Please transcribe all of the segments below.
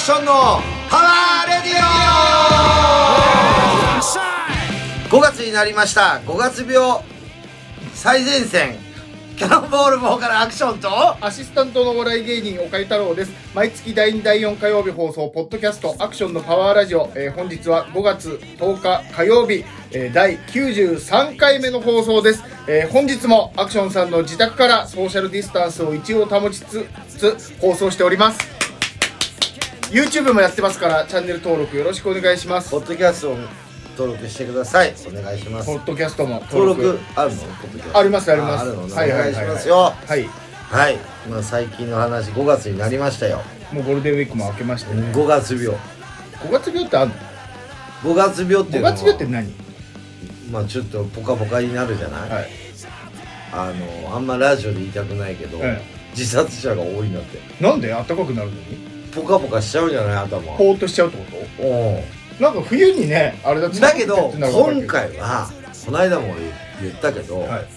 ションのパワーレディオ。5月になりました。5月病最前線キャノンボールボーカルアクションとアシスタントのお笑い芸人岡井太郎です。毎月第2第4火曜日放送ポッドキャストアクションのパワーラジオ、本日は5月10日火曜日、第93回目の放送です。本日もアクションさんの自宅からソーシャルディスタンスを一応保ちつつ放送しております。 YouTube もやってますからチャンネル登録よろしくお願いします。 ポッドキャストを登録してください。お願いします。 ポッドキャストも登録あるの？ポッドキャストありますあります。 あるのね、 はいはいはいはい、 お願いしますよ。 はいはい、まあ、最近の話5月になりましたよ。 もうゴールデンウィークも明けましてね。 5月病 5月病ってあるの 5月病っていう 5 のは月病って何？ まあちょっとポカポカになるじゃない、 はい、 あんまラジオで言いたくないけど、自殺者が多いんだって。 なんで暖かくなるのにポカポカしちゃうじゃない頭。 ポーっとしちゃうってこおと？なんか冬にねあれだってだけど寒くてってなるの分かるけど今回はこの間も言ったけど、 はい、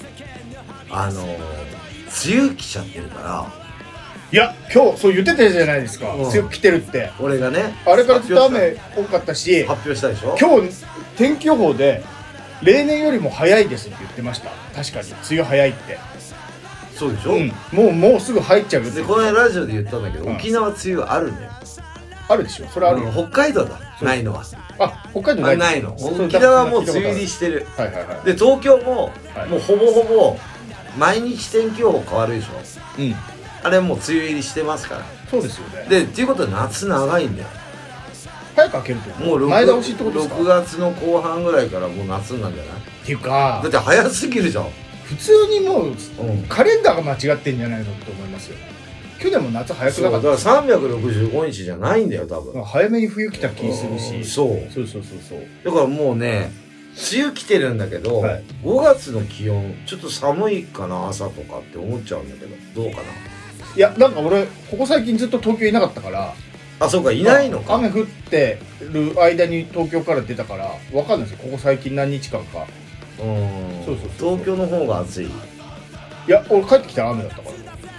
梅雨来ちゃってるから。 いや今日そう言ってたじゃないですか、 うん、 強く来てるって。 俺がねあれからずっと雨多かったし発表したでしょ。 今日天気予報で例年よりも早いですって言ってました。確かに梅雨早いって。 そうでしょ、 もうすぐ入っちゃうって。 でこの間ラジオで言ったんだけど、沖縄梅雨あるんだよ。 あるでしょ。それあるよ。 北海道だないのは。 あ、北海道ないの。沖縄はもう梅雨入りしてる。 はいはいはい。 で東京も、もうほぼほぼ毎日天気予報変わるでしょ。あれもう梅雨入りしてますから。 そうですよね。 でっていうことは夏長いんだよ。 早く開けるともう前倒しってことですか？ 6月の後半ぐらいからもう夏なんじゃない？ っていうかだって早すぎるじゃん。 普通にもう、カレンダーが間違ってんじゃないのって思いますよ。去年も夏早くなかった。 そうだから365日じゃないんだよ多分。 早めに冬来た気するし。そうだからもうね梅雨来てるんだけど、5月の気温ちょっと寒いかな朝とかって思っちゃうんだけどどうかな。 いやなんか俺ここ最近ずっと東京いなかったから。 あ、そうかいないのか。 雨降ってる間に東京から出たから分かんないですよ。ここ最近何日間か。そう東京の方が暑い。いや俺帰ってきたら雨だったから。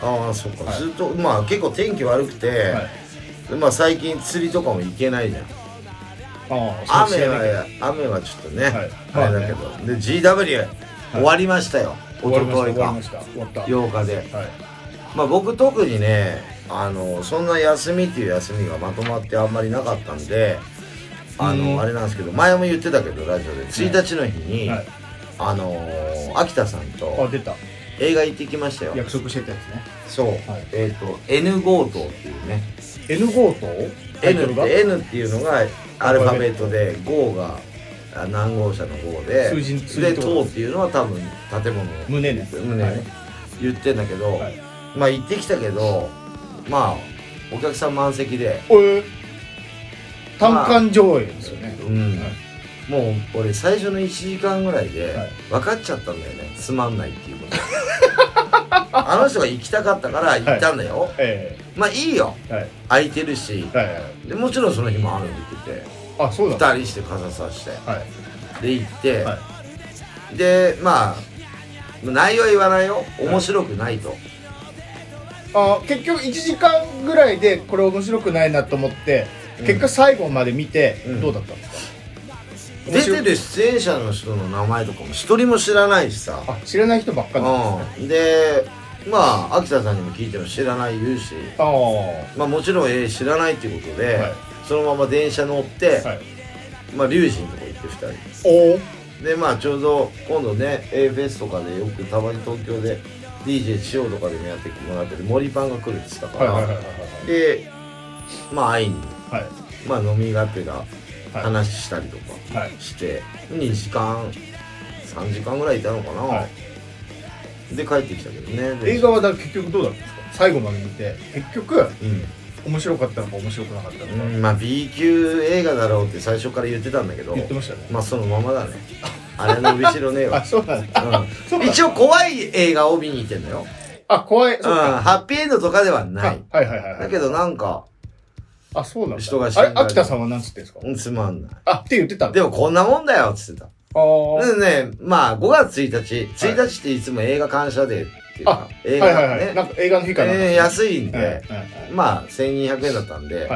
ああそっか、ずっとまあ結構天気悪くて、まあ最近釣りとかも行けないじゃん。雨はちょっとね、あれだけど、で GW 終わりましたよ。一昨日か8日で。まあ僕特にねそんな休みっていう休みがまとまってあんまりなかったんで、あれなんですけど、前も言ってたけどラジオで1日の日に秋田さんと映画行ってきましたよ。 約束してたやつね。 そう、N 強盗っていうね。 N 強盗？ N っていうのがアルファベットで5が何号車の5で盗っていうのは多分建物の胸ね言ってんだけど、まあ行ってきたけどまあお客さん満席で単館上映ですよね。 もう俺最初の1時間ぐらいで分かっちゃったんだよね。つまんないっていうことあの人が行きたかったから行ったんだよ。まあいいよ、空いてるし、でもちろんその日も雨降ってて、2人して傘さしてで行って、でまあ内容は言わないよ。面白くないと。 結局1時間ぐらいでこれ面白くないなと思って結果最後まで見てどうだったんですか？ 出てる出演者の人の名前とかも一人も知らないしさ。 知らない人ばっかりなんですね。 でまあ秋田さんにも聞いても知らない言うし、まあもちろん知らないっていうことで、そのまま電車乗って、まあ龍神のとこ行って2人で、まあちょうど今度ね A フェスとかでよくたまに東京で DJ しようとかでもやってもらってて森パンが来るって言ったから、でまあ会いに、まあ飲みがてら話したりとかして、2時間3時間ぐらいいたのかな、で帰ってきたけどね。 映画は結局どうだったんですか？最後まで見て結局、面白かったのか面白くなかったのか。 まあ B 級映画だろうって最初から言ってたんだけど、 言ってましたね。 まあそのままだねあれのびしろねえわ。 そうなんだ。 一応怖い映画を見に行ってんだよ。 怖い。 ハッピーエンドとかではない。だけどなんかそうなんだ。 人が死んだり。 秋田さんは何つってんですか？ つまんない。 って言ってた。 でもこんなもんだよっつってた。でね、まあ5月1日っていつも映画感謝デーっていうか、映画ね、 なんか映画の日かな。 安いんで、まあ1200円だったんで、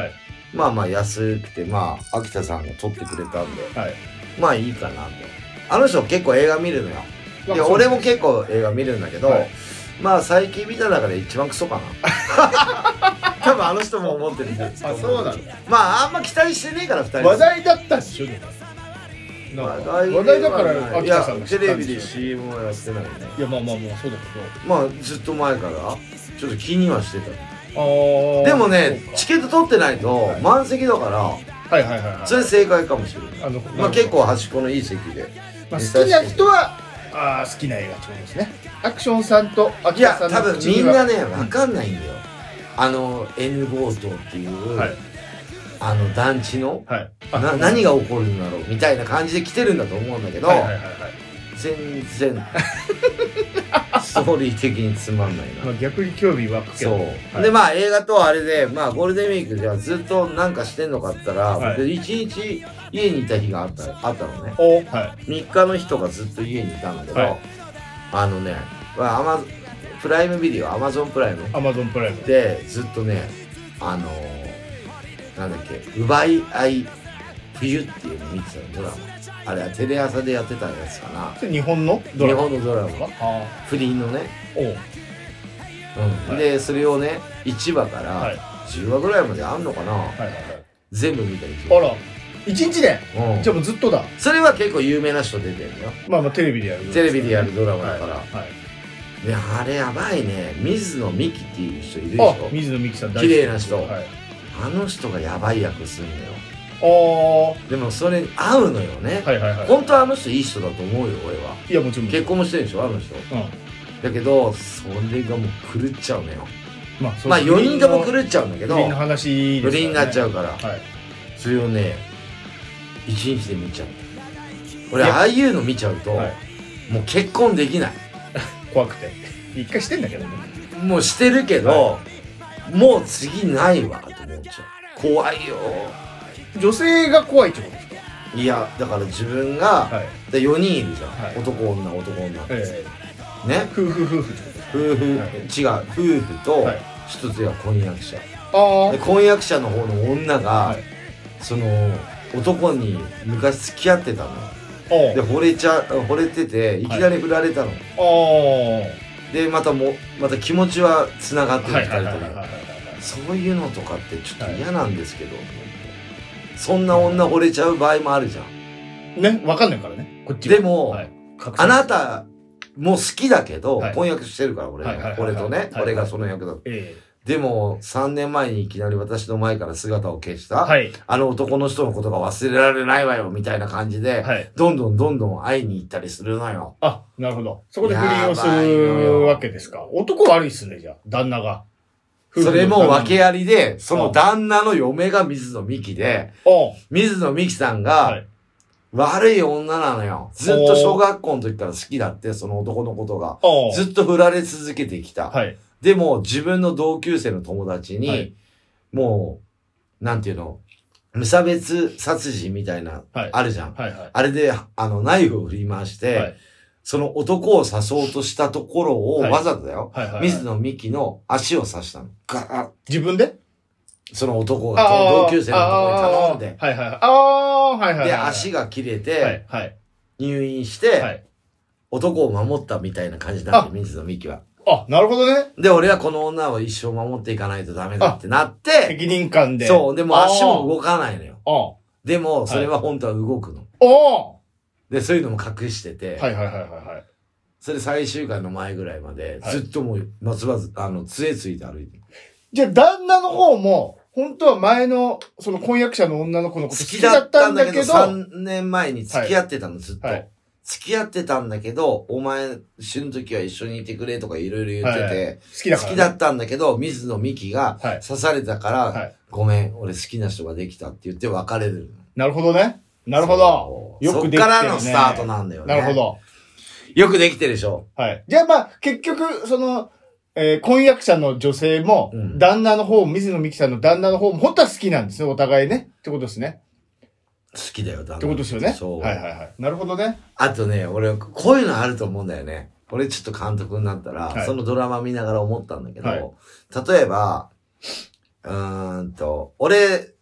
まあまあ安くて、まあ秋田さんが撮ってくれたんで、まあいいかなと。あの人結構映画見るのよ。いや俺も結構映画見るんだけど、まあ最近見た中で一番クソかな。多分あの人も思ってるんです。 あ、そうなの。 まああんま期待してねえから2人。 話題だったでしょ。話題だから秋田さんがテレビで CM はやってないよね。 いやまあそうだけど、まあずっと前からちょっと気にはしてた。でもねチケット取ってないと満席だから、それ正解かもしれない。まあ結構端っこのいい席で、 好きな人は好きな映画ってことですね。アクションさんと秋田さんの多分みんなね分かんないんだよ。N 強盗っていう団地の何が起こるんだろうみたいな感じで来てるんだと思うんだけど、全然ストーリー的につまんないな。 逆に興味湧くけど。 そうでまあ映画とあれでまあゴールデンウィークではずっとなんかしてんのかって言ったら、1日家にいた日があったのね。3日の日とかずっと家にいたんだけど、プライムビデオ、アマゾンプライムでずっとね、なんだっけ、奪い合い冬っていうの見てたの、ドラマ。あれはテレ朝でやってたやつかな。 日本のドラマ不倫のね。でそれをね1話から10話ぐらいまであんのかな、全部見たりして。 あら1日で、じゃあもうずっとだ。 それは結構有名な人出てるんだよ。 まあテレビでやるドラマだから。であれやばいね。水野美紀っていう人いるでしょ。 水野美紀さん綺麗な人。あの人がやばい役するのよ。でもそれに合うのよね。本当はあの人いい人だと思うよ俺は。 いやもちろん。 結婚もしてるでしょあの人。だけどそれがもう狂っちゃうのよ。まあ4人とも狂っちゃうんだけど、 不倫の話不倫になっちゃうから、それをね1日で見ちゃう。俺ああいうの見ちゃうともう結婚できない。 怖くて一回してんだけどね。 もうしてるけど、もう次ないわと思っちゃう。怖いよ。 女性が怖いってことですか？ いやだから自分が4人いるじゃん。男女ね。夫婦違う。夫婦と一つは婚約者。で婚約者の方の女がその男に昔付き合ってたの。で惚れてていきなり振られたの。でまた気持ちはつながってる2人とも。そういうのとかってちょっと嫌なんですけど、そんな女惚れちゃう場合もあるじゃんね。分かんないからねこっち。 でもあなたもう好きだけど婚約してるから俺とね、俺がその役だと。でも3年前にいきなり私の前から姿を消した、あの男の人のことが忘れられないわよみたいな感じで、どんどん会いに行ったりするのよ。 あ、なるほど。そこで不倫をするわけですか。男悪いっすね、じゃあ旦那が。 それも訳ありで、その旦那の嫁が水野美紀で、水野美紀さんが悪い女なのよ。ずっと小学校の時から好きだって、その男のことが。ずっと振られ続けてきた。でも自分の同級生の友達に、もう、なんていうの、無差別殺人みたいな、あるじゃん。あれで、ナイフを振り回して、その男を刺そうとしたところを、わざとだよ。水野美紀の足を刺したの。ガーッ。 自分で？ その男が、同級生の男に頼んで。で、足が切れて、入院して、男を守ったみたいな感じになって、水野美紀は。 あ、なるほどね。 で、俺はこの女を一生守っていかないとダメだってなって、 責任感で。 そう、でも足も動かないのよ。でも、それは本当は動くの。で、そういうのも隠してて、それ最終回の前ぐらいまで、ずっともう、松葉杖ついて歩いてる。 じゃあ、旦那の方も、本当は前の、その婚約者の女の子のこと好きだったんだけど、 3年前に付き合ってたの、ずっと。付き合ってたんだけど、お前死ぬ時は一緒にいてくれとかいろいろ言ってて、好きだったんだけど、水野美紀が刺されたから、ごめん、俺好きな人ができたって言って別れる。 なるほどね。なるほど。 よくできてるね。そっからのスタートなんだよね。 なるほど。 よくできてるでしょ。 じゃあまあ、結局、その、婚約者の女性も、旦那の方、水野美紀さんの旦那の方も、本当は好きなんですね、お互いね。ってことですね。 好きだよ、 ってことですよね。 そう。 なるほどね。 あとね、俺、こういうのあると思うんだよね。俺ちょっと監督になったら、そのドラマ見ながら思ったんだけど、例えば、俺、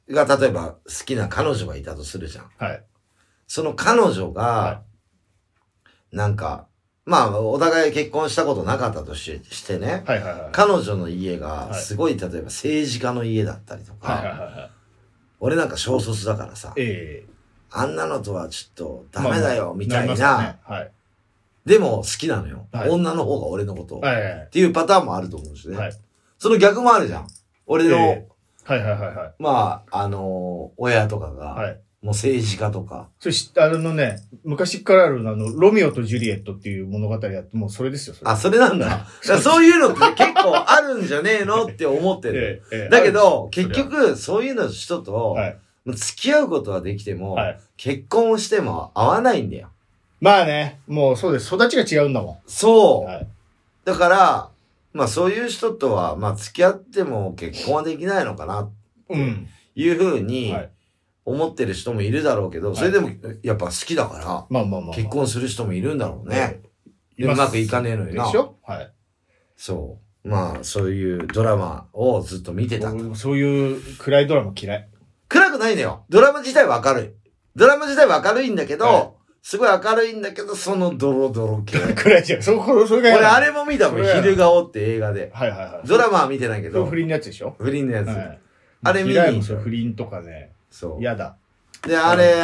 が例えば好きな彼女がいたとするじゃん。 はい。 その彼女が、なんか、まあ、お互い結婚したことなかったとしてね、 はいはいはい。 彼女の家が、すごい、例えば政治家の家だったりとか、 はいはいはい。 俺なんか小卒だからさ、あんなのとはちょっとダメだよ、みたいな、でも好きなのよ。女の方が俺のことを。っていうパターンもあると思うしね。その逆もあるじゃん。俺の、まあ、親とかが、もう政治家とか。 昔からあるロミオとジュリエットっていう物語やって、もうそれですよ、 それ。あ、それなんだ。そういうのって結構あるんじゃねえのって思ってる。だけど、結局、そういうの人と、付き合うことはできても、結婚しても合わないんだよ。 まあね、もうそうです。育ちが違うんだもん。 そう。だから、まあそういう人とは、まあ付き合っても結婚はできないのかな、いうふうに、思ってる人もいるだろうけど、それでもやっぱ好きだから、結婚する人もいるんだろうね。うまくいかねえのにな。 でしょ？はい。 そう。まあ、そういうドラマをずっと見てた。 そういう暗いドラマ嫌い。 暗くないのよ。ドラマ自体は明るい。ドラマ自体は明るいんだけど、すごい明るいんだけど、そのドロドロ系。 暗いじゃん。それが俺あれも見たもん。昼顔って映画で。ドラマは見てないけど。 不倫のやつでしょ？ 不倫のやつ。あれ見に行った。不倫とかね。 そう。 嫌だ。 で、あれ、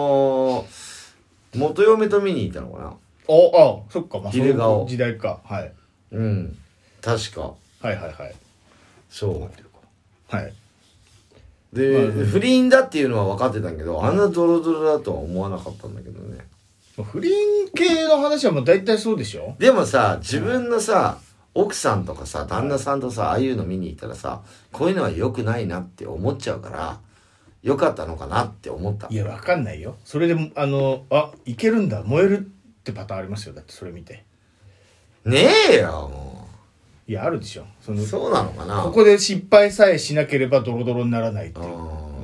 元嫁と見に行ったのかな。 そっか、まあ、 昼顔。 時代か。はい。 うん。確か。そう。 はい。 で、不倫だっていうのは分かってたけど、あんなドロドロだとは思わなかったんだけどね。 不倫系の話はもう大体そうでしょ？ でもさ、自分のさ、奥さんとかさ、旦那さんとさ、ああいうの見に行ったらさ、こういうのは良くないなって思っちゃうから、良かったのかなって思った。 いや、わかんないよ。それで、いけるんだ、燃えるってパターンありますよ。だってそれ見て。 ねえよ、もう。いや、あるでしょ。 そうなのかな。 ここで失敗さえしなければドロドロにならないっていう。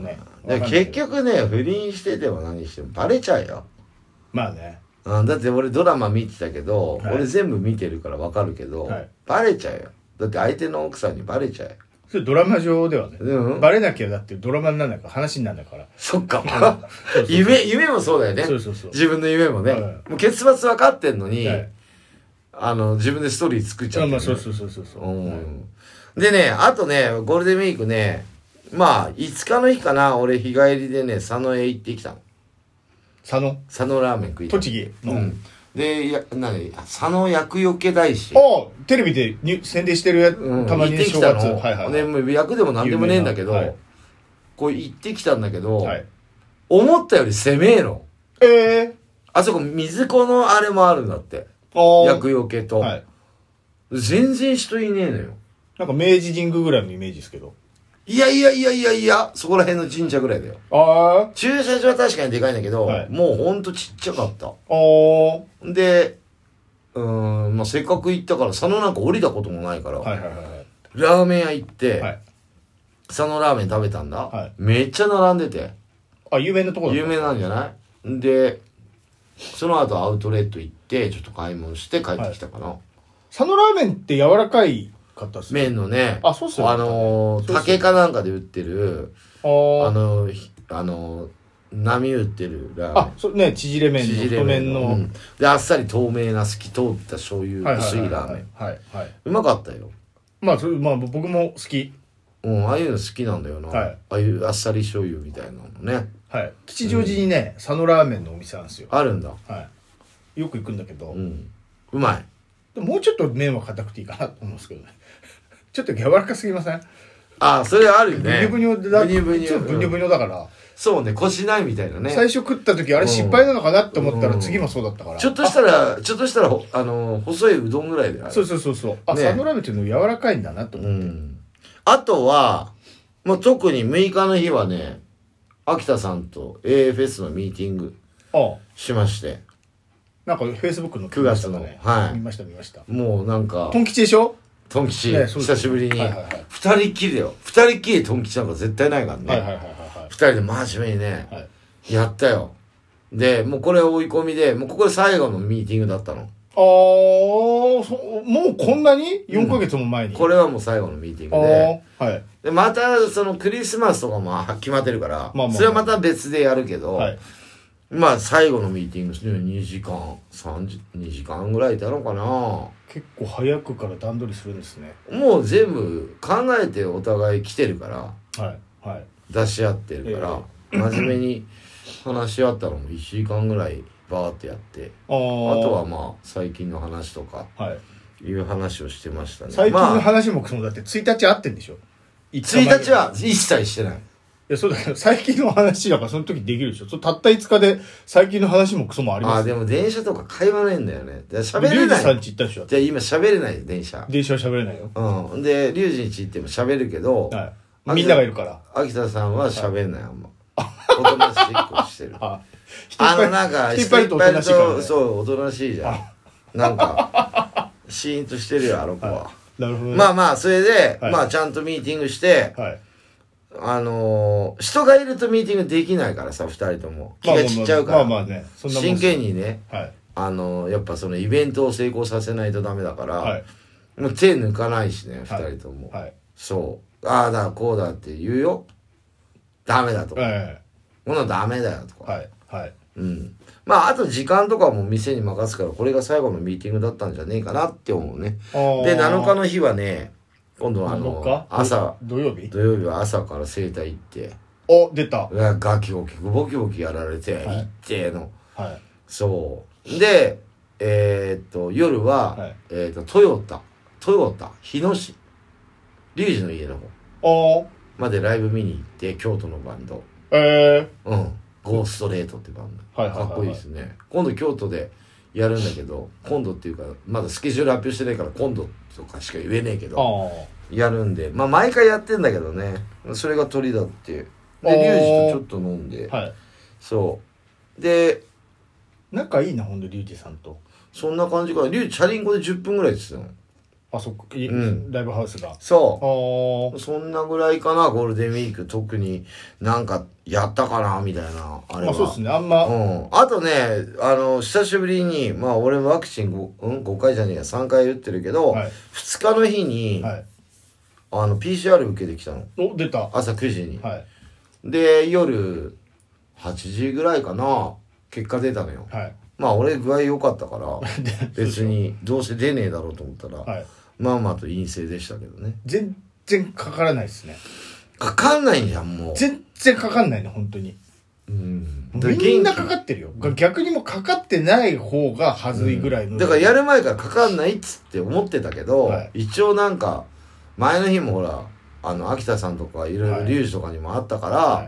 ね。 結局ね、不倫してても何してもバレちゃうよ。 まあね。 だって俺ドラマ見てたけど、俺全部見てるからわかるけど、バレちゃうよ。だって相手の奥さんにバレちゃうよ。 それドラマ上ではね。バレなきゃだってドラマにならないから話にならないから。 そっか。夢もそうだよね。自分の夢もね。もう結末分かってんのに、自分でストーリー作っちゃって。 そう。 でね、あとね、ゴールデンウィークね、まあ、5日の日かな、俺日帰りでね、佐野へ行ってきたの。佐野ラーメン食いた。 栃木の。 で、佐野厄除け大師。 テレビで宣伝してるやつ、たまに正月。ね、役でも何でもねえんだけど、こう行ってきたんだけど、思ったより攻めえの。あそこ水子のあれもあるんだって。厄除けと。全然人いねえのよ。 なんか明治神宮ぐらいのイメージですけど。 いや、そこら辺の神社ぐらいだよ。駐車場は確かにでかいんだけど、もうほんとちっちゃかった。で、まあ、せっかく行ったから、佐野なんか降りたこともないから、ラーメン屋行って、佐野ラーメン食べたんだ。めっちゃ並んでて。 有名なとこだ。 有名なんじゃない？で、その後アウトレット行って、ちょっと買い物して帰ってきたかな。 佐野ラーメンって柔らかいかったっすね。 麺のね、 そうっすよ。 竹かなんかで売ってる、波打ってるラーメン。 そうね、縮れ麺の太麺の。 で、あっさり透明な透き通った醤油薄いラーメン。うまかったよ。 まあ僕も好き。 ああいうの好きなんだよな。ああいうあっさり醤油みたいなのね。 吉祥寺にね、佐野ラーメンのお店なんですよ。 あるんだ。 よく行くんだけど。 うまい。 もうちょっと麺は硬くていいかなと思うんですけどね。ちょっと柔らかすぎません？ それあるよね。 ブニョブニョだから。 そうね、こしないみたいなね。 最初食った時あれ失敗なのかなって思ったら次もそうだったから。 ちょっとしたら細いうどんぐらいである。 そう。佐野ラーメンっていうの柔らかいんだなと思って。 あとは、もう特に6日の日はね、秋田さんと AFS のミーティングしまして。 なんかフェイスブックの 9月の、 見ました。 もうなんか。 トン吉でしょ？ トン吉、久しぶりに。二人っきりだよ。二人っきりトン吉なんか絶対ないからね。二人で真面目にね、やったよ。で、もうこれ追い込みで、もうここで最後のミーティングだったの。 もうこんなに4ヶ月も前に、 これはもう最後のミーティングで、 はい、 でまたそのクリスマスとかも決まってるから、それはまた別でやるけど、はい、まあ最後のミーティング2時間ぐらいいたのかな。 結構早くから段取りするんですね。 もう全部考えてお互い来てるから、 はいはい、 出し合ってるから、真面目に話し合ったのも1時間ぐらいバーってやって、あとはまあ最近の話とかいう話をしてましたね。 最近の話もだって1日会ってんでしょ。 1日は一切してない。 いや、そうだけど、最近の話だからその時できるでしょ。たった5日で最近の話もクソもあります。 でも電車とか会話ないんだよね。喋れない。 リュウジさんち行ったでしょ。 じゃあ今喋れない、電車は喋れないよ。 うん。で、リュウジんち行っても喋るけど、 はい、みんながいるから。 秋田さんは喋れない、あんま。おとなしい子してる。なんか、 引っ張るとおとなしいからね。 そう、おとなしいじゃん。なんか、シーンとしてるよ、あの子は。 なるほどね。 まあまあ、それで、まあちゃんとミーティングして、人がいるとミーティングできないからさ、2人とも気が散っちゃうから、真剣にね、やっぱそのイベントを成功させないとダメだから、もう手抜かないしね、2人とも。そうだからこうだって言うよ、ダメだとか、こんなのダメだよとか、まああと時間とかも店に任すから、これが最後のミーティングだったんじゃねえかなって思うね。で7日の日はね、今度は朝土曜日は朝から整体行って、 出たガキボキボキボキやられて、行っての、そうで夜は、トヨタ日野市リュウジの家の方までライブ見に行って、京都のバンドゴーストレートってバンド、かっこいいですね。今度京都でやるんだけど、今度っていうかまだスケジュール発表してないから今度とかしか言えねえけど、やるんで、まあ毎回やってんだけどね、それが鳥だっていうで、リュウジとちょっと飲んで、そうで仲いいな、ほんでリュウジさんと。 そんな感じかな。リュウジチャリンコで10分ぐらいですよ。 そっか、ライブハウスが。 そう。そんなぐらいかな、ゴールデンウィーク。特になんかやったかな、みたいな。あれは。 そうですね、あんま。 あとね、久しぶりに、まあ俺ワクチン5回じゃねえや、3回打ってるけど、2日の日に、PCR 受けてきたの。 出た。 朝9時に。で、夜8時ぐらいかな、結果出たのよ。まあ俺具合良かったから、別にどうせ出ねえだろうと思ったら、まあまあと陰性でしたけどね。 全然かからないですね。 かかんないんじゃん、もう。 全然かかんないね、本当に。みんなかかってるよ。逆にもかかってない方がはずいぐらいの。 だからやる前からかかんないっつって思ってたけど、一応なんか、前の日もほら、秋田さんとかいろいろリュウジとかにもあったから、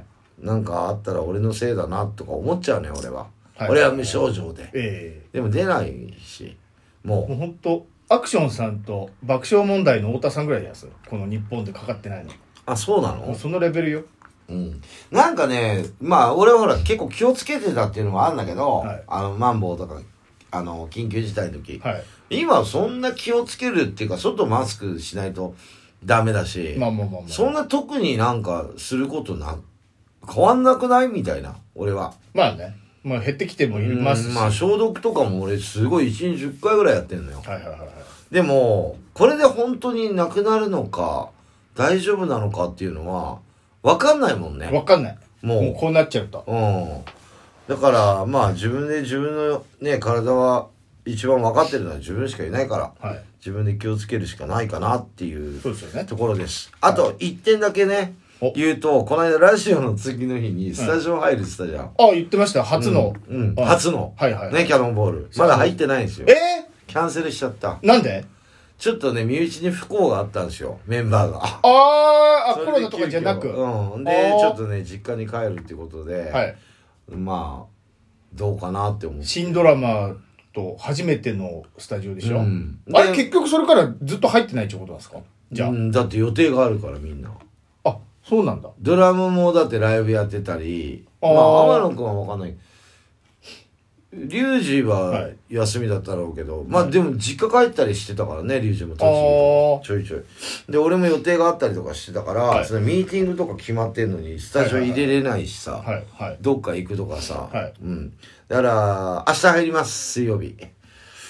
なんかあったら俺のせいだなとか思っちゃうね、俺は。俺は無症状で。でも出ないし、もう本当アクションさんと爆笑問題の太田さんぐらいですよ、この日本でかかってないの。 そうなの？ そのレベルよ。 なんかね、まあ俺はほら結構気をつけてたっていうのもあるんだけど、マンボウとか緊急事態の時、今そんな気をつけるっていうか、外マスクしないとダメだし、そんな特になんかすること変わんなくないみたいな、俺は。 まあね、まあ減ってきてもいますし、 まあ消毒とかも俺すごい1日10回ぐらいやってんのよ。でもこれで本当になくなるのか大丈夫なのかっていうのは分かんないもんね。 分かんない。もうこうなっちゃうと。 だからまあ自分のね体は一番分かってるのは自分しかいないから、自分で気をつけるしかないかなっていうところです。あと1点だけね言うと、この間ラジオの次の日にスタジオ入るって言ったじゃん。 言ってました。初の。 初の。ね、キャノンボール。まだ入ってないんですよ。キャンセルしちゃった。 なんで？ ちょっとね、身内に不幸があったんですよ、メンバーが。 コロナとかじゃなく。 で、ちょっとね、実家に帰るってことで、まあ、どうかなって思う。 新ドラマと初めてのスタジオでしょ？あれ、結局それからずっと入ってないってことなんですか？じゃあ。だって予定があるからみんな。 そうなんだ。 ドラムもだってライブやってたり、天野くんは分かんない。リュウジは休みだったろうけど、まあでも実家帰ったりしてたからね、リュウジもちょいちょい。で、俺も予定があったりとかしてたから、そのミーティングとか決まってんのにスタジオ入れれないしさ、どっか行くとかさ、だから、明日入ります、水曜日。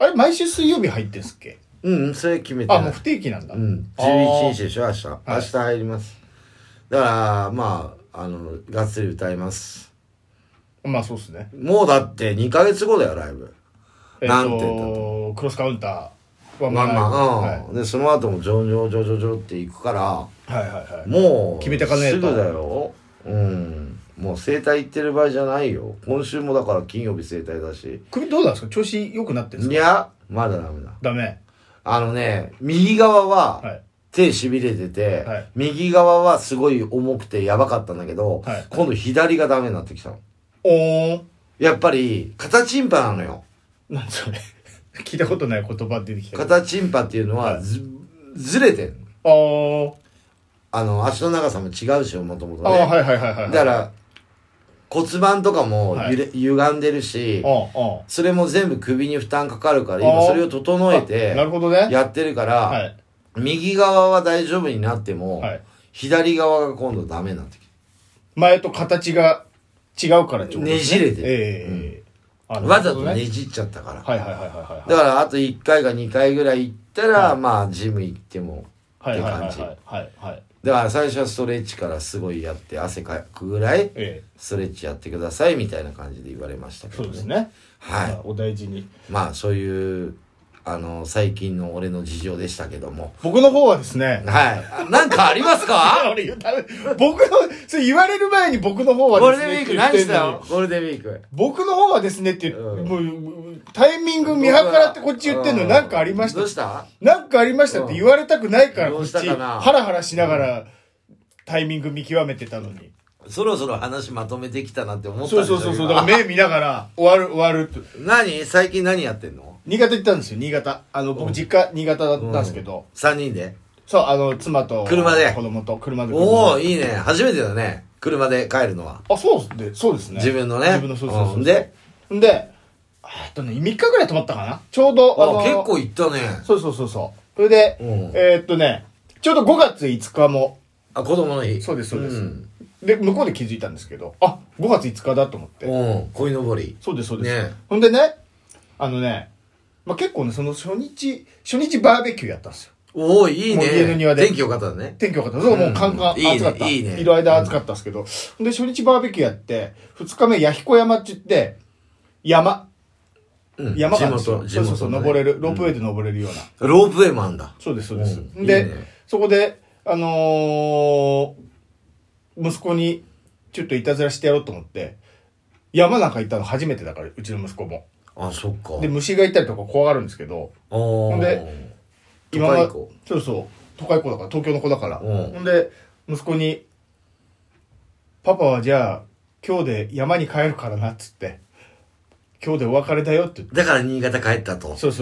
あれ毎週水曜日入ってんすっけ？ それ決めてない。 もう不定期なんだ。 11日でしょ、明日。明日入ります。だから、がっつり歌います。 まあそうっすね。 もうだって2ヶ月後だよ、ライブ。なんて言ったと。 クロスカウンターはで、その後もジョジョって行くから、もう、 決めてかねえと。 すぐだよ。もう整体行ってる場合じゃないよ。今週もだから金曜日整体だし。 首どうなんですか？調子良くなってるんですか？ いや、まだダメだ。 ダメ。 右側は、手痺れてて、右側はすごい重くてやばかったんだけど、今度左がダメになってきたの。やっぱり、肩チンパなのよ。 なんそれ。聞いたことない言葉出てきた。 肩チンパっていうのは、ずれてんの。足の長さも違うし、もともとね。だから、骨盤とかも歪んでるし、それも全部首に負担かかるから、今それを整えて、やってるから、右側は大丈夫になっても、左側が今度ダメになってきて。 前と形が違うからちょっとねじれてる。わざとねじっちゃったから。だからあと1回か2回ぐらい行ったら、まあジム行ってもって感じ。だから最初はストレッチからすごいやって汗かくぐらいストレッチやってくださいみたいな感じで言われましたけどね。 そうですね。 はい。 お大事に。 まあそういう最近の俺の事情でしたけども。 僕の方はですね。 はい。なんかありますか？ 僕の、それ言われる前に僕の方はですね。 ゴールデンウィーク何したよ？ゴールデンウィーク。 僕の方はですねって、もう、タイミング見計らってこっち言ってんのなんかありました。 どうした？ なんかありましたって言われたくないから、こっち、 ハラハラしながらタイミング見極めてたのに。 そろそろ話まとめてきたなって思ったんですよ。 そう。だから目見ながら、終わるって。 最近何やってんの？ 新潟行ったんですよ、新潟。僕、実家、新潟だったんですけど。 3人で？ そう、妻と、 車で。 子供と、車で。 おー、いいね。初めてだね。車で帰るのは。 そうですね。 自分のね。 自分の、そう。 で、 3日ぐらい泊まったかな？ちょうど、 結構行ったね。 そう。それで、ちょうど5月5日も。 子供の日。 そうです。で、向こうで気づいたんですけど、5月5日だと思って。 鯉のぼり。 そうです。ほんでね、結構ね、その初日バーベキューやったんですよ。 おー、いいね。 家の庭で。 天気良かったね。 天気良かった。そう、もうカンカン暑かった。いる間暑かったんですけど。で、初日バーベキューやって、2日目、弥彦山って言って、山があるんですよ。そう、登れる。ロープウェイで登れるような。 ロープウェイもあんだ。 そうです。で、そこで、息子にちょっといたずらしてやろうと思って、山なんか行ったの初めてだから、うちの息子も。 そっか。 で、虫がいたりとか怖がるんですけど。ほんで、 今は、 そう、都会っ子だから、東京の子だから。ほんで、息子に、パパはじゃあ、今日で山に帰るからな、っつって。今日でお別れだよって言って。 だから新潟帰ったと。 そう。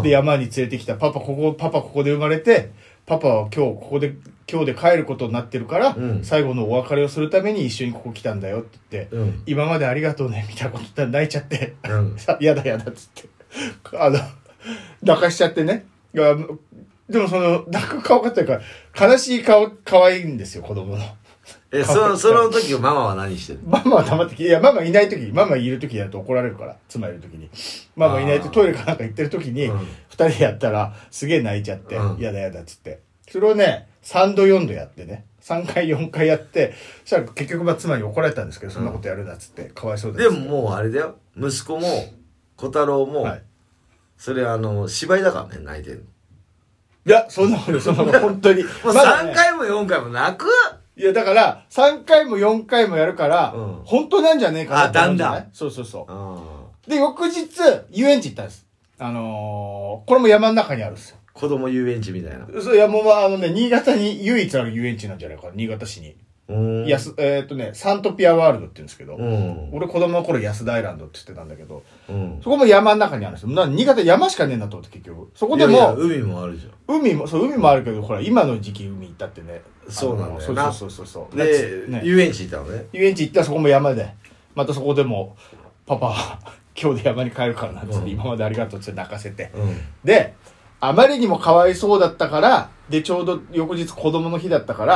で、山に連れてきた。パパここで生まれて、パパは今日で帰ることになってるから、最後のお別れをするために一緒にここ来たんだよって言って、今までありがとうね、みたいなこと言ったら泣いちゃって、やだっつって。泣かしちゃってね。でも泣く顔がというか、悲しい顔、可愛いんですよ、子供の。 その時ママは何してる？ ママは黙っていや、ママいない時、ママいる時やると怒られるから、妻いる時に。ママいないとトイレかなんか行ってる時に、二人でやったら、すげえ泣いちゃって、やだっつって。それをね、3度4度やってね、3回4回やって、そしたら結局妻に怒られたんですけど、そんなことやるなっつって、かわいそうだでももうあれだよ、息子も、小太郎も、それ芝居だからね、泣いてる。 いや、そんなこと本当に。 もう3回も4回も泣く？ いや、だから、3回も4回もやるから、本当なんじゃねえかなって。 だんだん。 そう。で、翌日、遊園地行ったんです。これも山の中にあるんですよ。 子供遊園地みたいな。 そう、いや、もう新潟に唯一ある遊園地なんじゃないかな、新潟市に。サントピアワールドって言うんですけど、俺子供の頃安田アイランドって言ってたんだけど、そこも山の中にあるんですよ。新潟山しかねえなと思って結局。そこでも、 海もあるじゃん。海もあるけど、ほら、今の時期海行ったってね。 そうなんだよな。 そう。 で、遊園地行ったのね。 遊園地行ったらそこも山で、またそこでも、パパ、今日で山に帰るからなって、今までありがとうって泣かせて。で、あまりにもかわいそうだったから、で、ちょうど翌日子供の日だったから、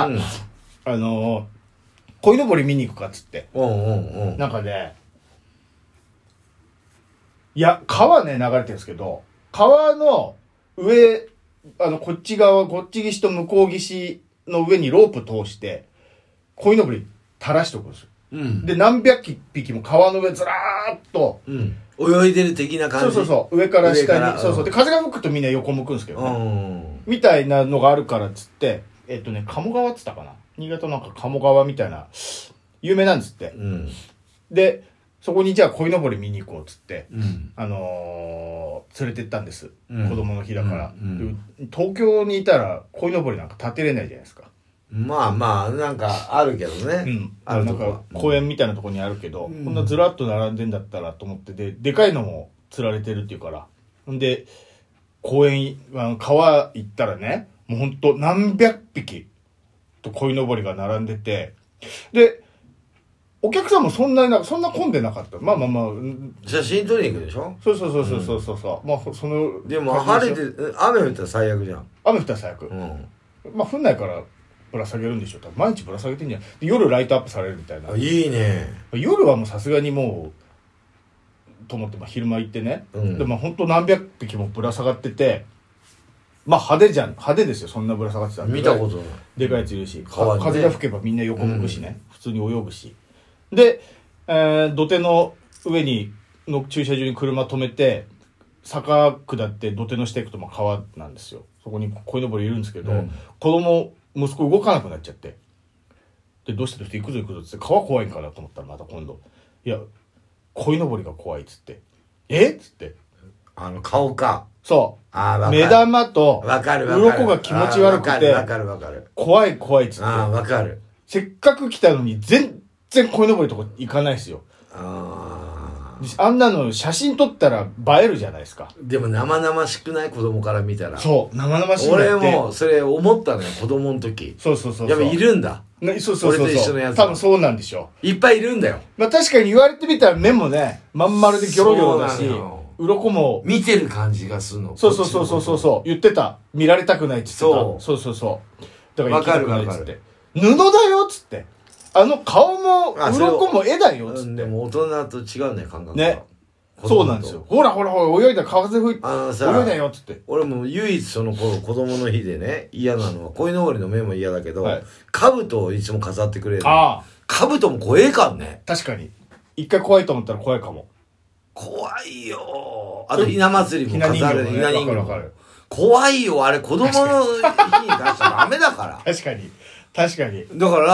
鯉のぼり見に行くかっつって。なんかね、いや、川ね、流れてるんですけど、 川の上、こっち岸と向こう岸の上にロープ通して、鯉のぼり垂らしておくんですよ。うん、で、何百匹も川の上ずらーっと、 うん、泳いでる的な感じ。 そう。上から下に。そう。で、風が吹くとみんな横向くんですけどね。みたいなのがあるからっつって、鴨川っつったかな。新潟なんか鴨川みたいな、有名なんですって。うん、で、そこにじゃあ鯉のぼり見に行こうっつって、うん、連れてったんです。うん、子供の日だから、うんうん、東京にいたら鯉のぼりなんか立てれないじゃないですか。 まあ、なんかあるけどね。 うん。なんか公園みたいなところにあるけど、こんなずらっと並んでんだったらと思って、でかいのも釣られてるっていうから。んで、公園、川行ったらね、もうほんと何百匹と鯉のぼりが並んでて、で、お客さんもそんな混んでなかった。まあ。 写真撮りに行くでしょ？ そう。まあ、 でも、晴れて、雨降ったら最悪じゃん。 雨降ったら最悪。うん。まあ、降んないから、ぶら下げるんでしょ。毎日ぶら下げてんじゃん。で、夜ライトアップされるみたいな。 いいね。 夜はもうさすがにもう、と思って、昼間行ってね。うん、で、ほんと何百匹もぶら下がってて、まあ派手ですよ、そんなぶら下がってたら。 見たことない。 でかいやついるし、風が吹けばみんな横向くしね。普通に泳ぐし。で、土手の上の駐車場に車止めて、坂下って土手の下行くと川なんですよ。そこに鯉のぼりいるんですけど、息子動かなくなっちゃって。で、どうした行くぞって、川怖いんかなと思ったらまた今度。いや、鯉のぼりが怖いっつって。っつって。 顔か。 そう。目玉と、鱗が気持ち悪くて。 わかる。 怖いっつって。 わかる。 せっかく来たのに全然鯉のぼりとこ行かないですよ。あんなの写真撮ったら映えるじゃないですか。 でも生々しくない？子供から見たら。 そう、生々しい。 俺もそれ思ったのよ、子供の時。 そう。 やっぱいるんだ。 そう。 俺と一緒のやつ。 多分そうなんでしょう。いっぱいいるんだよ。 まあ確かに言われてみたら目もね、まん丸でギョロギョロだし、鱗も。 見てる感じがするの。 そう。言ってた。見られたくないっつってた。そう。だから行きたくないっつって。布だよっつって。顔も、鱗も絵だよっつって。 でも大人と違うね、感覚が。 ね。そうなんですよ。ほら、泳いだ風吹いて、泳いだよっつって。 俺も唯一その頃、子供の日でね、嫌なのは、鯉のぼりの目も嫌だけど、兜をいつも飾ってくれる。兜も怖えかんね。 確かに。一回怖いと思ったら怖いかも。 怖いよ。あと、ひな祭りも飾る。ひな人形も。怖いよ。あれ、子供の日に出しちゃダメだから。 確かに。 だから、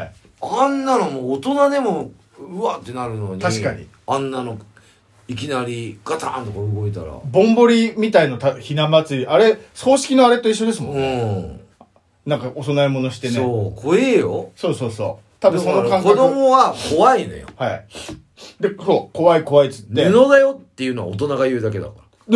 あんなのも大人でも、うわってなるのに。 確かに。 あんなの、いきなりガタンとか動いたら。 ぼんぼりみたいなひな祭り。あれ、葬式のあれと一緒ですもんね。なんかお供え物してね。 そう、怖えよ。 そう。多分その感覚。 子供は怖いのよ。 はい。で、そう、怖いっつって。 布だよっていうのは大人が言うだけだから。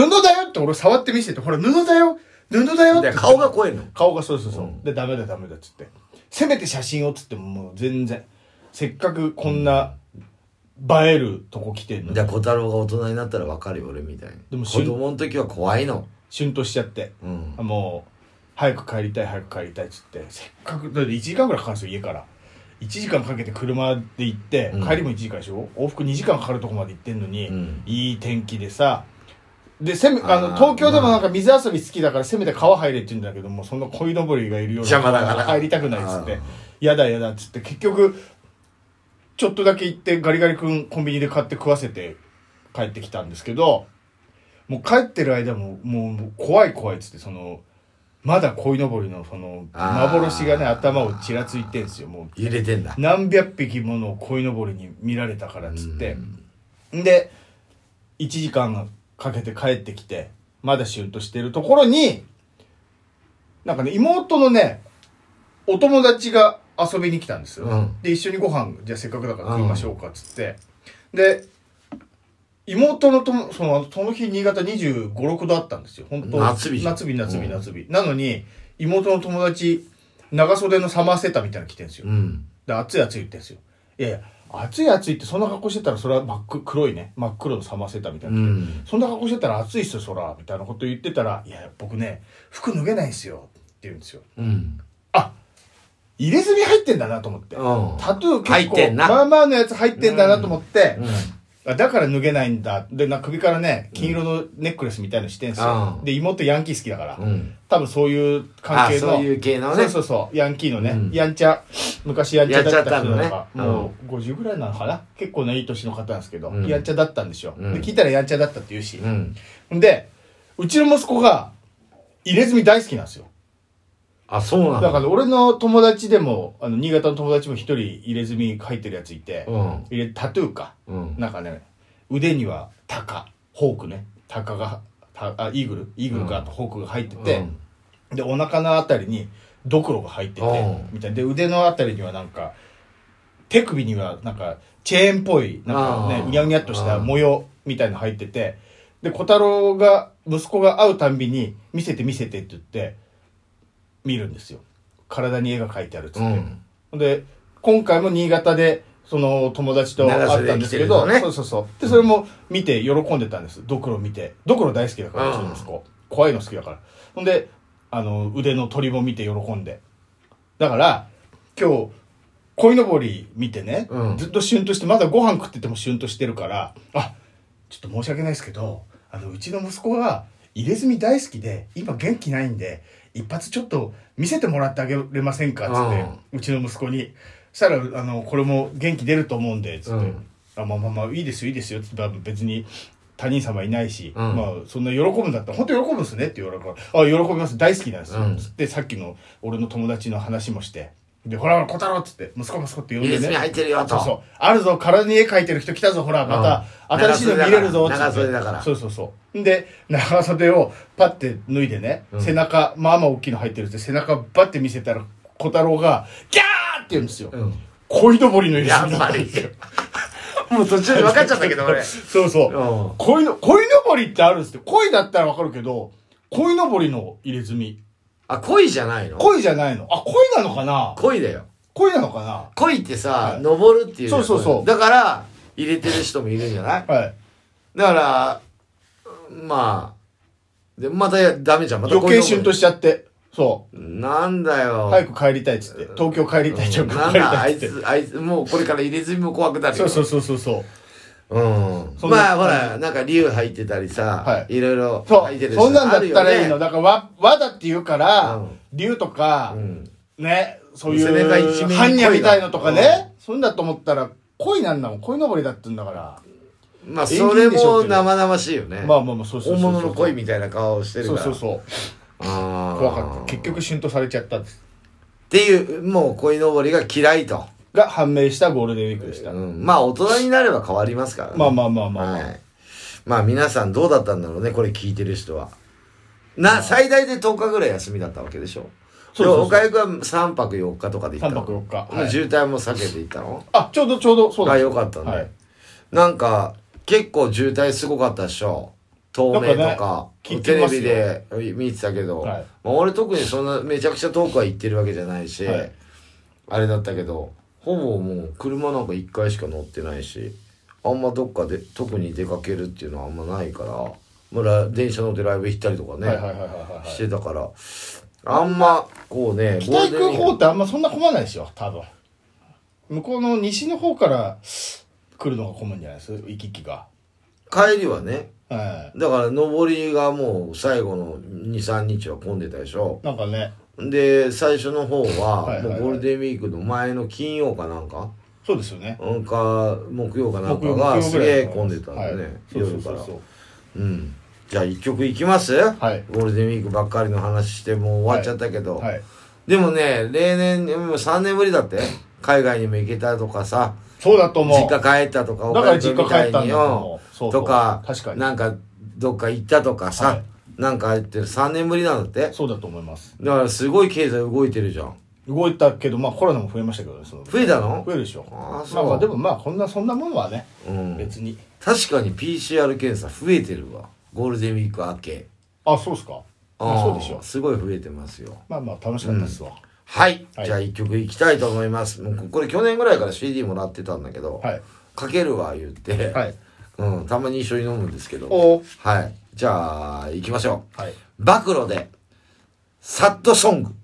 布だよって俺触って見せて、ほら、布だよって。 顔が怖いの。 顔がそう。で、ダメだっつって。せめて写真をっつってももう全然。せっかくこんな、映えるとこ来てんの。 じゃあ小太郎が大人になったら分かるよ、俺みたいに。でも子供の時は怖いの。 シュンとしちゃって。もう、早く帰りたいっつって。せっかく、だって1時間くらいかかるんですよ、家から。1時間かけて車で行って、帰りも1時間でしょ？往復2時間かかるとこまで行ってんのに、いい天気でさ、で、東京でもなんか水遊び好きだからせめて川入れって言うんだけども、そんな鯉のぼりがいるような邪魔だから入りたくないっつって。やだっつって、結局、ちょっとだけ行ってガリガリ君コンビニで買って食わせて帰ってきたんですけど、もう帰ってる間ももう怖いっつって、まだ鯉のぼりの幻がね、頭をちらついてんすよ。もう揺れてんだ。 何百匹もの鯉のぼりに見られたからっつって。で、1時間かけて帰ってきて、まだシュンとしてるところに、なんかね、妹のね、お友達が遊びに来たんですよ。で、一緒にご飯、じゃあせっかくだから食いましょうかっつって。で、妹のその日新潟25、6度あったんですよ。本当夏日。なのに、妹の友達、長袖のサマーセーターみたいなの着てるんですよ。で、暑い言ってんですよ。いや、暑いってそんな格好してたら、それは真っ黒のサマーセーターみたいなの着て、そんな格好してたら暑いっすよ、そら、みたいなこと言ってたら、いや、僕ね、服脱げないんすよ、って言うんですよ。あ、入れ墨入ってんだなと思って。タトゥー結構、まあまあのやつ入ってんだなと思って、 だから脱げないんだ。で、首からね、金色のネックレスみたいのしてんすよ。で、妹ヤンキー好きだから、多分そういう関係の。 そういう系のね。 そう、ヤンキーのね、やんちゃ、昔やんちゃだった人なんか、もう50ぐらいなのかな、結構ね、いい年の方なんですけど、やんちゃだったんですよ。で、聞いたらやんちゃだったって言うし。で、うちの息子が、入れ墨大好きなんですよ。 あ、そうなんだ。 だから俺の友達でも、新潟の友達も一人入れ墨書いてるやついて、タトゥーか。なんかね、腕には鷹、ホークね。鷹が、イーグルがホークが入ってて、で、お腹のあたりにドクロが入ってて、みたいな。で、腕のあたりにはなんか、手首にはなんか、チェーンっぽい、なんかね、うにゃうにゃっとした模様みたいの入ってて、で、小太郎が、息子が会うたんびに、見せてって言って、見るんですよ。体に絵が描いてあるっつって。で、今回も新潟で、その友達と会ったんですけど、そう。で、それも見て喜んでたんです。ドクロ見て。ドクロ大好きだから、うちの息子。怖いの好きだから。ほんで、腕の鳥も見て喜んで。だから、今日、鯉のぼり見てね、ずっとシュンとして、まだご飯食っててもシュンとしてるから、ちょっと申し訳ないですけど、うちの息子が入れ墨大好きで、今元気ないんで、一発ちょっと見せてもらってあげれませんかつって、うちの息子に。そしたら、これも元気出ると思うんで、つって。まあ、いいですよ、つって、別に他人様いないし、まあ、そんな喜ぶんだったら、本当喜ぶんすねって言われるから、喜びます、大好きなんですよ。つって、さっきの俺の友達の話もして、で、ほら、小太郎っつって、息子って呼んでね。 入れ墨入ってるよと。 そう。あるぞ、体に絵描いてる人来たぞ、ほら、また、新しいの見れるぞ、 つって。長袖だから。 そう。で、長袖をパッて脱いでね、背中、まあまあ大きいの入ってるって、背中バッて見せたら、小太郎が、ギャーって言うんですよ。鯉のぼりの入れ墨だったんですよ。 もう途中で分かっちゃったけど、俺。 そう。鯉のぼりってあるんですよ。鯉だったら分かるけど、鯉のぼりの入れ墨。 鯉じゃないの？ 鯉じゃないの。鯉なのかな？ 鯉だよ。 鯉なのかな？ 鯉ってさ、登るっていう。 そう。 だから、入れてる人もいるんじゃない？ はい。 だから、まあ、で、またダメじゃん。また余計シュンとしちゃって。そう。 なんだよ。 早く帰りたいっつって。東京帰りたい、 なんだ、あいつ、もうこれから入れ墨も怖くなるよ。 そう。 まあ、ほら、なんか竜入ってたりさ、いろいろ入ってるし。 そんなんだったらいいの。だから和だって言うから、竜とか、ね、そういう、般若みたいのとかね、そんだと思ったら、鯉なんだもん。鯉のぼりだって言うんだから。 まあ、それも生々しいよね。 まあ、そう。 本物の鯉みたいな顔をしてるから。 そう。怖かった。結局、シュンとされちゃったんです。 っていう、もう鯉のぼりが嫌いと。 が判明したゴールデンウィークでした。 まあ、大人になれば変わりますからね。 まあ。 まあ、皆さんどうだったんだろうね、これ聞いてる人は。最大で10日ぐらい休みだったわけでしょ。そう。岡井くんは3泊4日とかで行ったの。 3泊4日。 渋滞も避けて行ったの？ ちょうど、そうだ。 よかったね。なんか、結構渋滞すごかったでしょ。東名とか、テレビで見てたけど、俺特にそんなめちゃくちゃ遠くは行ってるわけじゃないし、あれだったけど、ほぼもう車なんか1回しか乗ってないし、あんまどっかで特に出かけるっていうのはあんまないから、電車乗ってライブ行ったりとかね、してたから、あんまこうね、 北行く方ってあんまそんな混まないでしょ、多分。向こうの西の方から来るのが混むんじゃないですか、行き来が。 帰りはね、だから上りがもう最後の 2,3 日は混んでたでしょ。 なんかね。 で、最初の方は、もうゴールデンウィークの前の金曜かなんか、 そうですよね。 木曜かなんかがすげえ混んでたんだね、夜から。じゃあ一曲いきます？ゴールデンウィークばっかりの話してもう終わっちゃったけど。でもね、例年、3年ぶりだって、海外にも行けたとかさ、 そうだと思う。 実家帰ったとか、 だから実家帰ったんだとか、なんかどっか行ったとかさ、なんか言って3年ぶりなんだって。 そうだと思います。 だからすごい経済動いてるじゃん。 動いたけど、コロナも増えましたけどね。 増えたの？ 増えるでしょ。でもそんなものはね、別に。 確かに PCR 検査増えてるわ。ゴールデンウィーク明け。 そうっすか。そうでしょ。 すごい増えてますよ。 楽しかったっすわ。 はい。じゃあ一曲いきたいと思います。もうこれ去年ぐらいから CD もらってたんだけど、かけるわ言って、たまに一緒に飲むんですけど。はい。じゃあ行きましょう。暴露でサッドソング。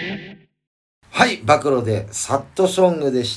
はい、暴露でサットソングでした。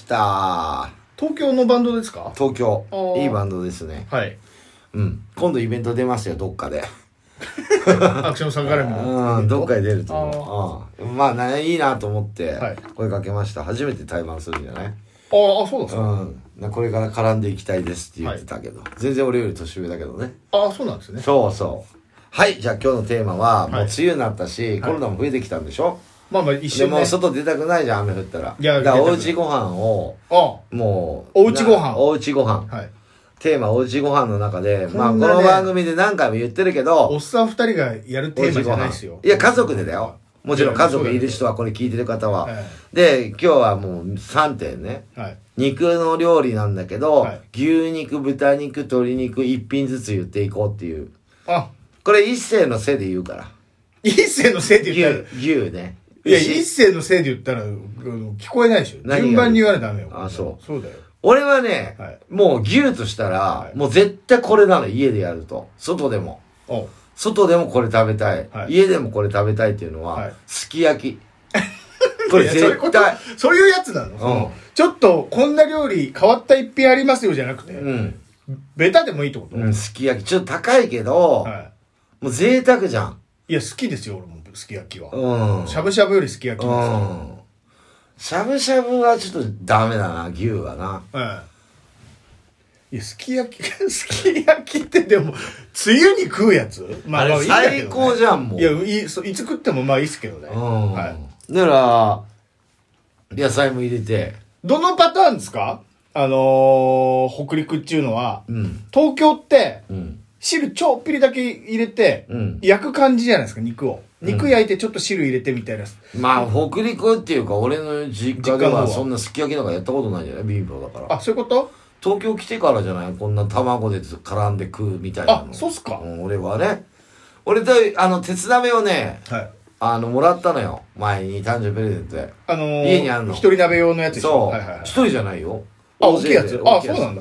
東京のバンドですか？ 東京。いいバンドですね。 はい。 うん。今度イベント出ますよ、どっかで。 アクションサンガラムの。うん、どっかで出ると思う。まあ、いいなと思って声かけました。初めて対バンするんじゃない？ そうですか。 うん。これから絡んでいきたいですって言ってたけど。全然俺より年上だけどね。 そうなんですね。 そうそう。はい、じゃあ今日のテーマは、もう梅雨になったし、コロナも増えてきたんでしょ？ まあ一瞬ね。 でも外出たくないじゃん、雨降ったら。だからおうちご飯を、もう、 おうちご飯。 おうちご飯。はい。テーマおうちご飯の中で、まあこの番組で何回も言ってるけど、 おっさん二人がやるテーマじゃないですよ。 いや、家族でだよ。もちろん家族いる人はこれ聞いてる方は。で、今日はもう3点ね。肉の料理なんだけど、牛肉、豚肉、鶏肉1品ずつ言っていこうっていう。これ一世のせで言うから。 一世のせで言ったら牛ね。 いや、一世のせいで言ったら、聞こえないでしょ。順番に言われたらダメよ。 そう。 そうだよ。 俺はね、もう牛としたら、もう絶対これなの、家でやると。外でも。外でもこれ食べたい。家でもこれ食べたいっていうのは、すき焼き。これ絶対。 そういうやつなの？ちょっと、こんな料理変わった一品ありますよじゃなくて、ベタでもいいってこと？ すき焼き。ちょっと高いけど、もう贅沢じゃん。 いや、好きですよ、俺も。すき焼きは。しゃぶしゃぶよりすき焼きですよ。 しゃぶしゃぶはちょっとダメだな、牛はな。 いや、すき焼きってでも、梅雨に食うやつ？ あれ最高じゃん、もう。 いや、いつ食ってもまあいいっすけどね。 だから、野菜も入れて。 どのパターンですか？北陸っていうのは、東京って、汁ちょっぴりだけ入れて、焼く感じじゃないですか、肉を。肉焼いてちょっと汁入れてみたいな。 まあ、北陸っていうか、俺の実家ではそんなすき焼きなんかやったことないんじゃない？貧乏だから。 そういうこと？ 東京来てからじゃない？こんな卵で絡んで食うみたいなの。 そうっすか？ 俺はね。俺と、鉄鍋をね、もらったのよ。前に誕生日プレゼントで。家にあるの。 一人鍋用のやつでしょ？ 一人じゃないよ。 大きいやつ？そうなんだ。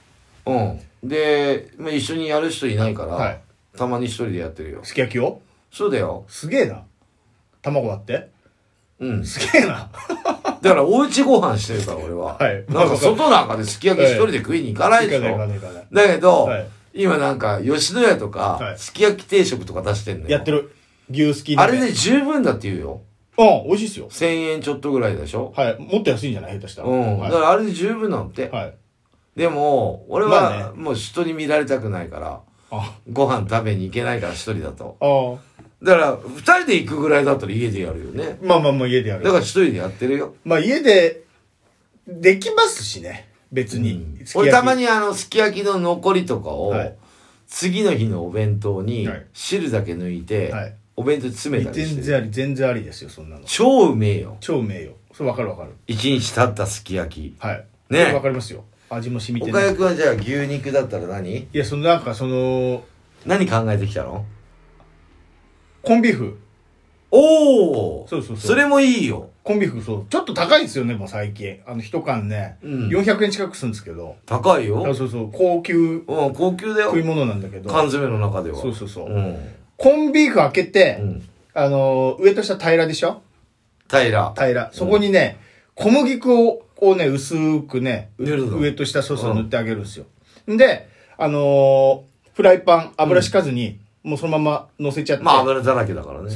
で、一緒にやる人いないから、たまに一人でやってるよ。 すき焼きを？ そうだよ。 すげえな。卵割って？すげえな。 だからおうちご飯してるから俺は。なんか外なんかですき焼き一人で食いに行かないでしょ。だけど、今なんか吉野家とか、すき焼き定食とか出してんのよ。 やってる。牛すきあれで十分だって言うよ。 美味しいっすよ。 1000円ちょっとぐらいでしょ？ もっと安いんじゃない？下手したら。 だからあれで十分なんて。でも、俺はもう人に見られたくないから、ご飯食べに行けないから一人だと。だから、二人で行くぐらいだったら家でやるよね。 まあ家でやる。 だから一人でやってるよ。 家で、できますしね。別に。 俺たまにすき焼きの残りとかを、次の日のお弁当に汁だけ抜いて、お弁当に詰めたりして。 全然ありですよ、そんなの。 超うめえよ。 超うめえよ。それ分かる。 一日経ったすき焼き。 ね。分かりますよ。味も染みて岡谷くんはじゃあ牛肉だったら何？ いや、 何考えてきたの？ コンビーフ。そう。 それもいいよ。 コンビーフ、ちょっと高いんですよね、もう最近。一缶ね、400円近くするんですけど。 高いよ。 高級。 高級だよ。 食い物なんだけど。 缶詰の中では。 そう。コンビーフ開けて、上と下平らでしょ？平ら。そこにね、小麦粉をね、薄くね、上と下ソースを塗ってあげるんですよ。で、フライパン、油敷かずに、もうそのまま乗せちゃって。 油だらけだからね。 そう。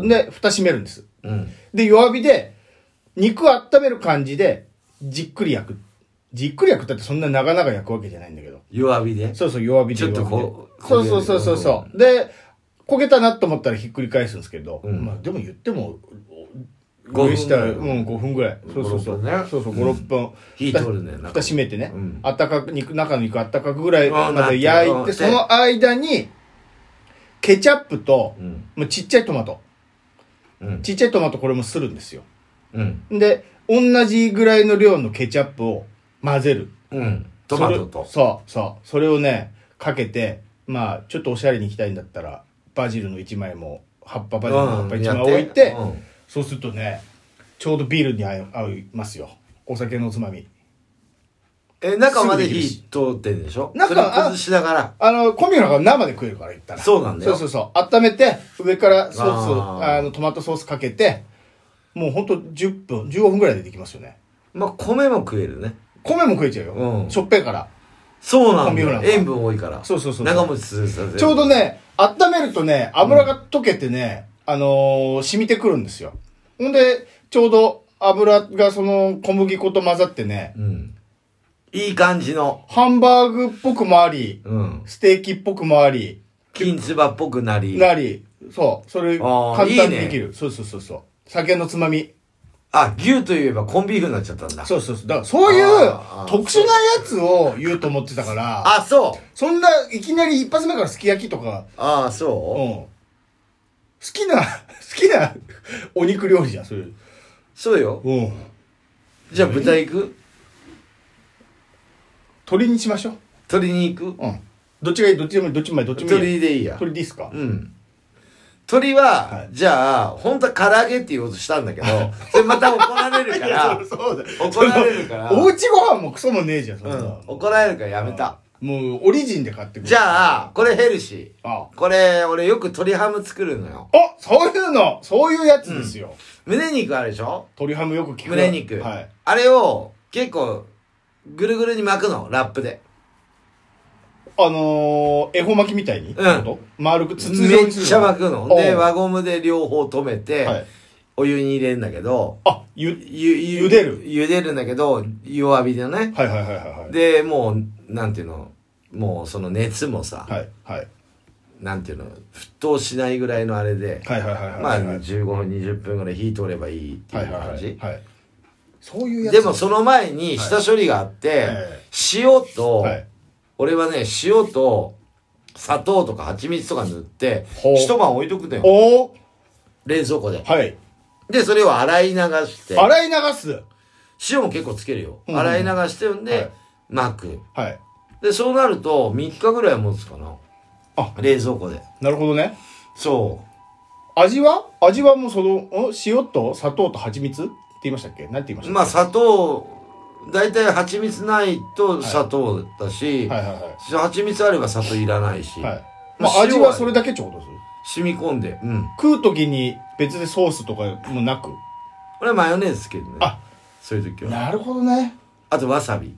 で、蓋閉めるんです。で、弱火で、肉温める感じで、じっくり焼く。じっくり焼くってそんな長々焼くわけじゃないんだけど。 弱火で？ 弱火で。 ちょっとこう。そう。で、焦げたなと思ったらひっくり返すんですけど、でも言っても、上下、5分ぐらい。そう。5、6分。 火通るね。 蓋閉めてね。中の肉あったかくぐらいまで焼いて、その間に、ケチャップと、ちっちゃいトマト。ちっちゃいトマトこれもするんですよ。で、同じぐらいの量のケチャップを混ぜる。 トマトと。 そう。それをね、かけて、ちょっとおしゃれに行きたいんだったら、バジルの1枚も、バジルの葉っぱ1枚置いて、そうするとね、ちょうどビールに合いますよ。お酒のおつまみ。 中まで火通ってるでしょ？それ崩しながら。コンビニの中生で食えるから言ったら。 そうなんだよ。 そう。温めて、上からソース、トマトソースかけて、 もうほんと10分15分ぐらいでできますよね。 まあ米も食えるね。 米も食えちゃうよ、しょっぺいから。 そうなんだよ、塩分多いから。 そうそうそう、 長持ちするさ。 ちょうどね温めるとね油が溶けてね、染みてくるんですよ。ほんでちょうど油がその小麦粉と混ざってね、 いい感じのハンバーグっぽくもあり、ステーキっぽくもあり、 金つばっぽくなり、 そう、それ簡単にできる。いいね、そう酒のつまみ。 牛といえばコンビーフになっちゃったんだ。 そうだからそういう特殊なやつを言うと思ってたから。そんないきなり一発目からすき焼きとか。 そう、 好きなお肉料理じゃん、それ。 そうよ。じゃあ豚肉？ 鶏にしましょう。 鶏に行く？ どっちがいい？どっちもいい。 鶏でいいや。 鶏でいいっすか？ 鶏は、じゃあ本当は唐揚げって言おうとしたんだけど、それまた怒られるからそうだ、 怒られるから、 おうちご飯もクソもねえじゃん、そんな、 怒られるからやめた。 もうオリジンで買ってくる。 じゃあこれヘルシー。これ俺よく鶏ハム作るのよ。 そういうやつですよ。 胸肉あるでしょ？ 鶏ハムよく聞く。 胸肉、あれを結構ぐるぐるに巻くの、ラップで。恵方巻きみたいに、丸く筒状にするの。めっちゃ巻くの。で、輪ゴムで両方止めて、お湯に入れるんだけど、 茹でる。 茹でるんだけど、弱火でね。で、もう、なんていうの、もうその熱もさ、なんていうの、沸騰しないぐらいのあれで、まあ15分、20分ぐらい火通ればいいっていう感じ。 そういうやつ。 でもその前に下処理があって、塩と、俺はね、塩と砂糖とか蜂蜜とか塗って一晩置いとくのよ、冷蔵庫で。でそれを洗い流して、塩も結構つけるよ、洗い流してるんで、巻く。でそうなると3日ぐらい持つかな、冷蔵庫で。 なるほどね。 そう。 味はもうその塩と砂糖と蜂蜜って言いましたっけ？なんて言いましたっけ？ まあ砂糖だいたい蜂蜜ないと砂糖だし、蜂蜜あれば砂糖いらないし、 まあ味はそれだけってことです。 染み込んで、 食う時に別でソースとかもなく、 これはマヨネーズつけるね。そういう時は。 なるほどね。 あとわさび。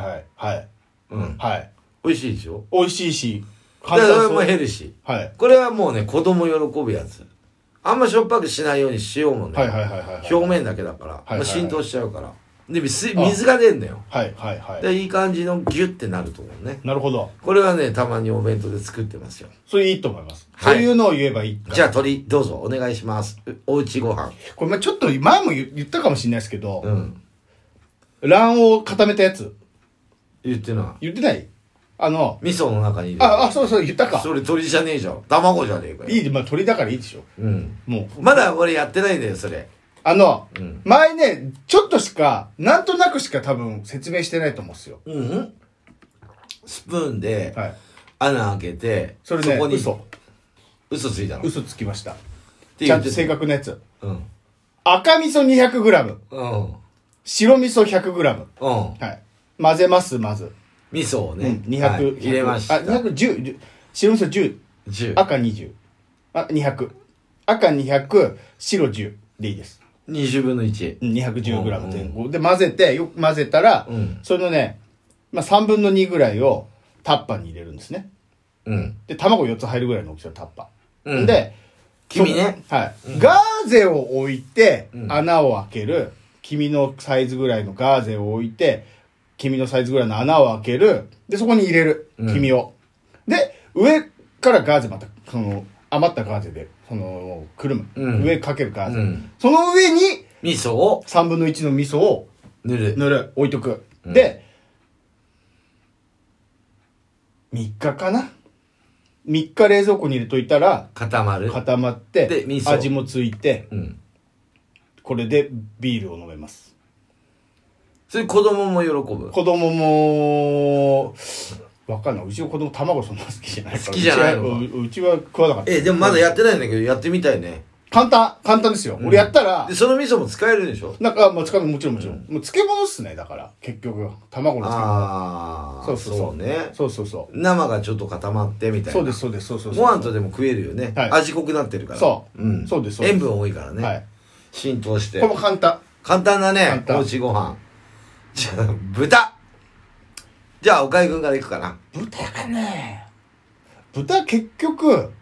美味しいでしょ？ 美味しいし、 簡単そう。これもヘルシー。これはもうね、子供喜ぶやつ。あんましょっぱくしないように塩もね、表面だけだから浸透しちゃうから。で水が出んのよ。でいい感じのギュッてなると思うね。 なるほど。 これはね、たまにお弁当で作ってますよ。 それいいと思います。そういうのを言えばいい。 じゃあ鶏どうぞお願いします。おうちご飯。 これちょっと前も言ったかもしれないですけど、卵黄固めたやつ言ってない。 言ってない？味噌の中に入れる。そう言ったか。 それ鶏じゃねえじゃん。卵じゃねえかよ。 いい、まあ鶏だからいいでしょ。 もうまだ俺やってないんだよそれ。 前ね、ちょっとしか、なんとなくしか多分説明してないと思うんですよ。 スプーンで穴開けて、 それで嘘ついたの？ 嘘つきました。ちゃんと正確なやつ。赤味噌 200g。白味噌 100g。混ぜます、まず。 味噌をね。 200。 入れました。 210。白味噌10。赤20。200。赤200、白10でいいです。 20分の1。 210g 前後。で、よく混ぜたら、そのね、3分の2ぐらいをタッパーに入れるんですね。で、卵4つ入るぐらいの大きさのタッパー。で、 黄身ね。 ガーゼを置いて、穴を開ける。黄身のサイズぐらいのガーゼを置いて、黄身のサイズぐらいの穴を開ける。で、そこに入れる。黄身を。で、上からガーゼまた、余ったガーゼで、くるむ。上かけるガーゼ。その上に、 味噌を、 3分の1の味噌を、 塗る。 置いとく。で、3日かな ?3 日冷蔵庫に入れといたら、 固まって、 で、味噌。 味もついて、これでビールを飲めます。 それ子供も喜ぶ？ 子供も、わかんない。うちの子供卵そんな好きじゃないから。 好きじゃないの？ うちは食わなかった。 でもまだやってないんだけど、やってみたいね。 簡単ですよ。俺やったら。 で、その味噌も使えるでしょ？ 使うもちろん。もう漬物っすね、だから。結局。卵の漬物。 そうね。 そう。 生がちょっと固まってみたいな。 そうです。 ご飯とでも食えるよね。味濃くなってるから。 そうです。 塩分多いからね。 浸透して。 これも簡単だね。おうちご飯。じゃあ豚。じゃあ岡井くんからいくかな。 豚がね、豚結局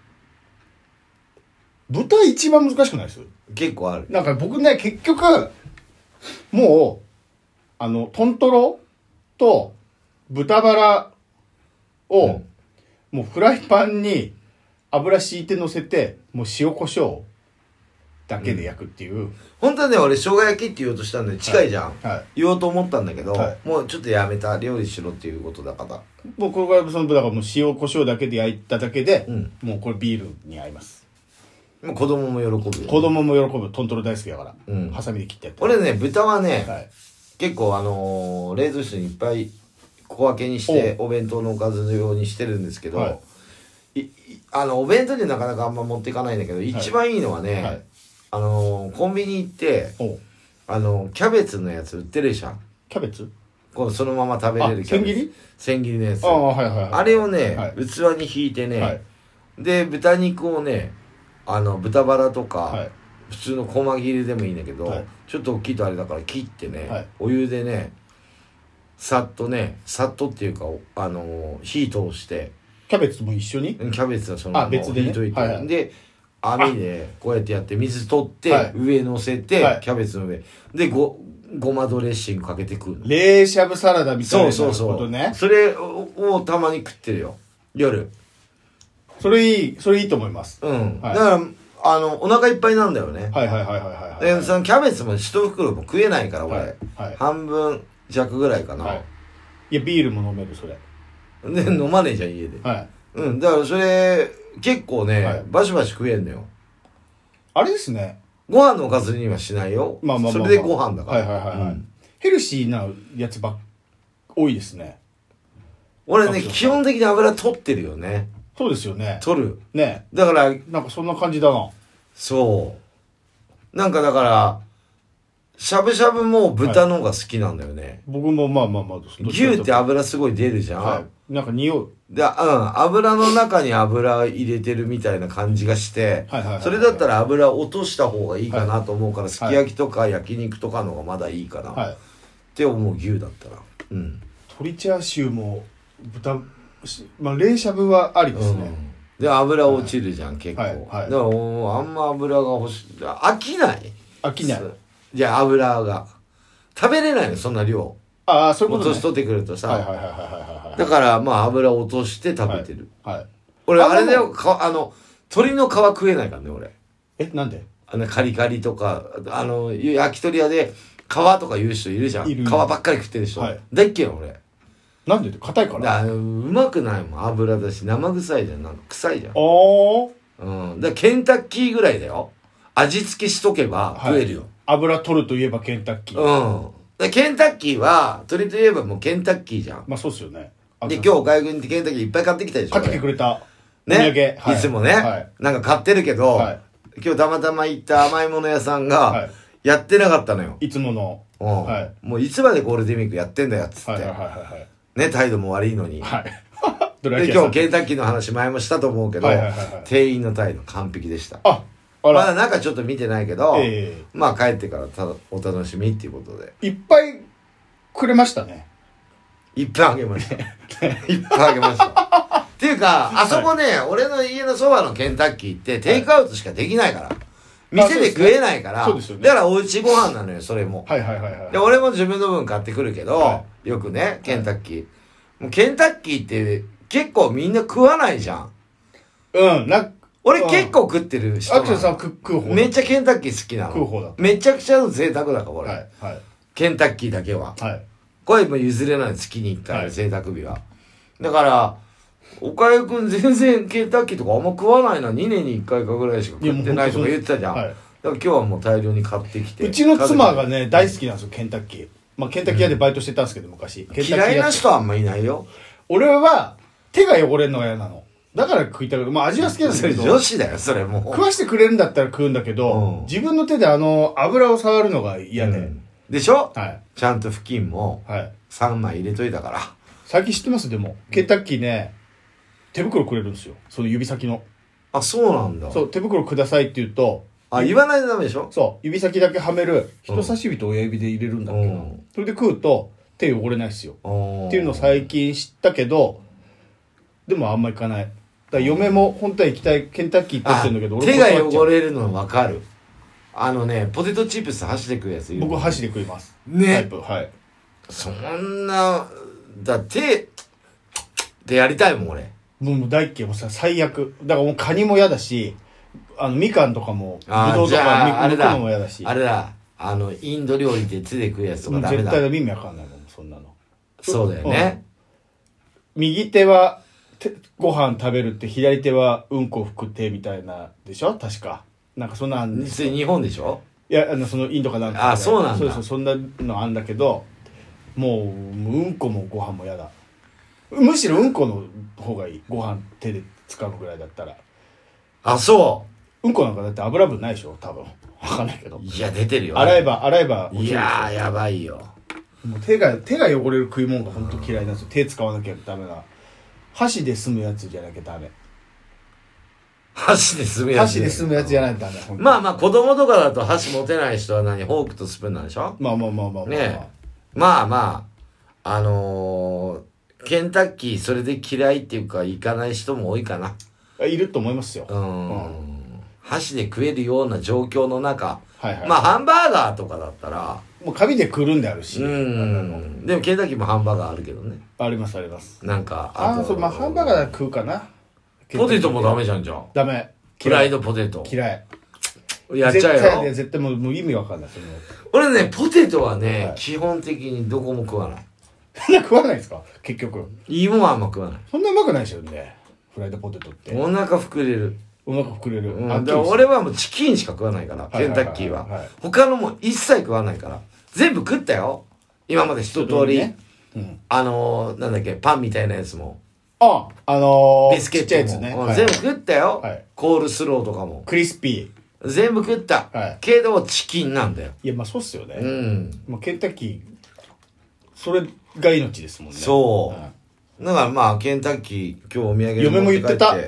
豚一番難しくないです？ 結構ある。 なんか僕ね、結局もうトントロと豚バラを、もうフライパンに油敷いて乗せて、もう塩コショウだけで焼くっていう、 本当はね、俺生姜焼きって言おうとしたんで近いじゃん、 はい、 言おうと思ったんだけど、 はい、 もうちょっとやめた。料理しろっていうことだから。 もうこれがそのだからもう塩コショウだけで焼いただけで、もうこれビールに合います。 もう子供も喜ぶよ、 子供も喜ぶ。トントロ大好きだから、ハサミで切ってやって。 俺ね、豚はね、結構冷蔵室にいっぱい小分けにしてお弁当のおかず用にしてるんですけど、お弁当になかなかあんま持っていかないんだけど、一番いいのはね、コンビニ行ってキャベツのやつ売ってるじゃん。 キャベツそのまま食べれるキャベツ、千切りのやつ。あれをね、器に引いてね、で豚肉をね、豚バラとか、普通の細切りでもいいんだけど、ちょっと大きいとあれだから切ってね、お湯でね、さっとっていうか火通して、 キャベツも一緒に、キャベツはそのまま別でね、 火といて、で網でこうやってやって水取って、上乗せて、キャベツの上でごまドレッシングかけて食うの。 冷しゃぶサラダみたいなことね。それをたまに食ってるよ、夜。 それいいと思います。 だからお腹いっぱいなんだよね。でそのキャベツも一袋も食えないから俺、半分弱ぐらいかな。 いやビールも飲めるそれで飲まねえじゃん家で。だからそれ結構ね、バシバシ食えんのよ。 あれですね、 ご飯のおかずにはしないよ。それでご飯だから。 ヘルシーなやつ多いですね。 俺ね、基本的に油取ってるよね。 そうですよね。 取るね。 だからなんかそんな感じだな。 そうなんかだからしゃぶしゃぶも豚の方が好きなんだよね。 僕も牛って油すごい出るじゃん。 なんか匂う。 で、油の中に油入れてるみたいな感じがして、それだったら油落とした方がいいかなと思うから、すき焼きとか焼肉とかの方がまだいいかな、って思う牛だったら。 鶏チャーシューも豚、冷しゃぶはありですね。 で、油落ちるじゃん、結構。だからあんま油が欲しい。飽きない。じゃあ油が。食べれないの、そんな量。 そういうことね。 年取ってくるとさ。だから油落として食べてる。俺あれだよ、鶏の皮食えないからね俺。 なんで？ カリカリとか焼き鳥屋で皮とか言う人いるじゃん。皮ばっかり食ってる人。大っ嫌い俺。 なんで？硬いから。 うまくないもん。油だし生臭いじゃん。なんか臭いじゃん。だからケンタッキーぐらいだよ。味付けしとけば食えるよ。 油取るといえばケンタッキー。 ケンタッキーは、鶏といえばもうケンタッキーじゃん。 そうっすよね。 で、今日お買い食いにケンタッキーいっぱい買ってきたでしょ。 買ってきてくれた。 ね。いつもね。なんか買ってるけど、今日たまたま行った甘いもの屋さんが、やってなかったのよ。 いつもの。 もういつまでゴールデンウィークやってんだよ、つって。ね、態度も悪いのに。で、今日ケンタッキーの話前もしたと思うけど、店員の態度完璧でした。まだ中ちょっと見てないけど、帰ってからお楽しみっていうことで。 いっぱいくれましたね。 いっぱいあげました。いっぱいあげました。っていうか、あそこね、俺の家のそばのケンタッキーってテイクアウトしかできないから。店で食えないから。だからおうちご飯なのよ、それも。で、俺も自分の分買ってくるけど、よくね、ケンタッキー。もうケンタッキーって結構みんな食わないじゃん。俺結構食ってる人なの。 アクセさん食う方。 めっちゃケンタッキー好きなの。 食う方だ。 めちゃくちゃの贅沢だから、これ。ケンタッキーだけは。これも譲れない、月に1回、贅沢日は。だから、岡井くん全然ケンタッキーとかあんま食わないな、2年に1回かぐらいしか食ってないとか言ってたじゃん。だから今日はもう大量に買ってきて。 うちの妻がね、大好きなんですよ、ケンタッキー。ケンタッキー屋でバイトしてたんですけど、昔。 嫌いな人はあんまいないよ。 俺は、手が汚れるのが嫌なの。だから食いたくて、味は好きなんだけど。 それ女子だよ、それもう。 食わしてくれるんだったら食うんだけど、自分の手で油を触るのが嫌で。 でしょ？ちゃんと布巾も3枚入れといたから。 最近知ってます？でも、ケンタッキーね、手袋くれるんですよ。その指先の。 そうなんだ。 そう、手袋くださいって言うと、 あ、言わないとダメでしょ。 そう、指先だけはめる、人差し指と親指で入れるんだっけな、それで食うと手汚れないっすよっていうのを最近知ったけど、でもあんま行かない。だから嫁も本当は行きたい、ケンタッキー行ってるんだけど、 俺手が汚れるの分かる。ポテトチップス箸で食うやついる。 僕箸で食いますね。 タイプ。はい。 そんな手でやりたいもん俺。 もう大っ嫌い、もうさ最悪だから。もうカニも嫌だし、みかんとかもぶどうとか剥くのも嫌だし。 あれだ、インド料理で手で食うやつとかダメだ。 絶対意味わかんないもんそんなの。 そうだよね、 右手はご飯食べるって左手はうんこ拭く手みたいなでしょ確か。なんかそんなんですよ。 日本でしょ。 いやそのインドかなんか、 あ、そうなんだ。 そうそんなのあんだけど、もううんこもご飯も嫌だ。むしろうんこの方がいい。ご飯手で掴むぐらいだったら。 あ、そう。 うんこなんかだって油分ないでしょ多分。わかんないけど。 いや出てるよ。 洗えばいやーやばいよ。 もう手が汚れる食い物が本当嫌いなんですよ。手使わなきゃダメな。箸で済むやつじゃなきゃダメ。 箸で済むやつ。 箸で済むやつじゃないとダメ。 まあ子供とかだと箸持てない人はフォークとスプーンなんでしょ。 まあねえ。まあケンタッキーそれで嫌いっていうか行かない人も多いかな。 いると思いますよ。 箸で食えるような状況の中、 はいはい、 まあハンバーガーとかだったらもう紙でくるんであるし。 でもケンタッキーもハンバーガーあるけどね。 ありますあります。 なんかそう、まあハンバーガーは食うかな。 ポテトもダメじゃん。じゃんダメ。 フライドポテト嫌い。 やっちゃうよ。 絶対もう意味わかんない。 俺ねポテトはね、はい、基本的にどこも食わない。 食わないですか結局。 いいもんはあんま食わない。 そんなうまくないですよねフライドポテトって。 お腹膨れる。俺はもうチキンしか食わないから、ケンタッキーは。他のも一切食わないから。全部食ったよ今まで一通り、ね。なんだっけパンみたいなやつも。ビスケットも、ね、全部食ったよ、はい、コールスローとかもクリスピー全部食った、はい、けどチキンなんだよ。 いやまあそうっすよね。ケンタッキーそれが命ですもんね。 そう、だからケンタッキー今日お土産に嫁も言ってた。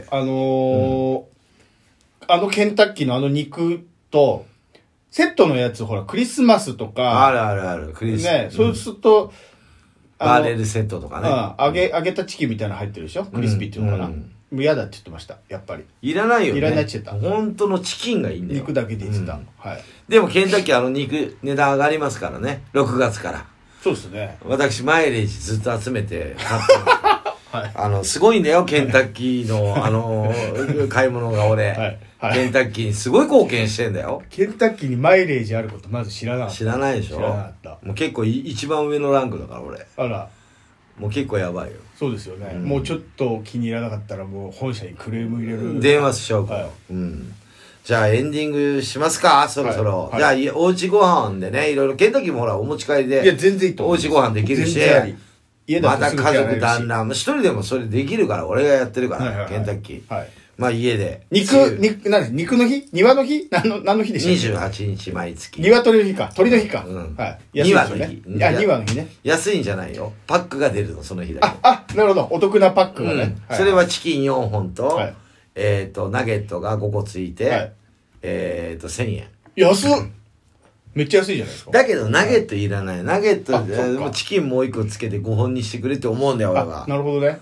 ケンタッキーの肉とセットのやつほらクリスマスとかあるクリスマスね、そうするとバーレルセットとかね、 揚げたチキンみたいなの入ってるでしょ、クリスピーっていうのかな、もう嫌だって言ってましたやっぱり。 いらないよね。 いらないって言ってた。 本当のチキンがいいんだよ。 肉だけで言ってた、はい。 でもケンタッキー肉値段上がりますからね6月から。 そうですね。 私マイレージずっと集めて買ってはい、すごいんだよケンタッキーの買い物が俺、はい、ケンタッキーにすごい貢献してんだよ。 ケンタッキーにマイレージあることまず知らなかった。 知らないでしょ。知らなかった。もう結構一番上のランクだから俺。 あらもう結構やばいよ。 そうですよね、もうちょっと気に入らなかったらもう本社にクレーム入れる。 電話しちゃうから、じゃあエンディングしますかそろそろ、じゃあおうちご飯でねいろいろ。ケンタッキーもほらお持ち帰りで。 いや全然いいと思う。 おうちご飯できるし、また家族団らん一人でもそれできるから俺がやってるから、ケンタッキー、まあ家で肉の日庭の日何の日でしたっけ。 28日毎月。 鶏の日か鳥の日か、 庭の日。 庭の日ね。 安いんじゃないよ、パックが出るのその日だけ。 なるほど、お得なパックがね、 それはチキン4本とナゲットが5個ついて1000円。 安っ。めっちゃ安いじゃないですか。 だけどナゲットいらない。ナゲットでチキンもう1個つけて5本にしてくれって思うんだよ俺は。 なるほどね。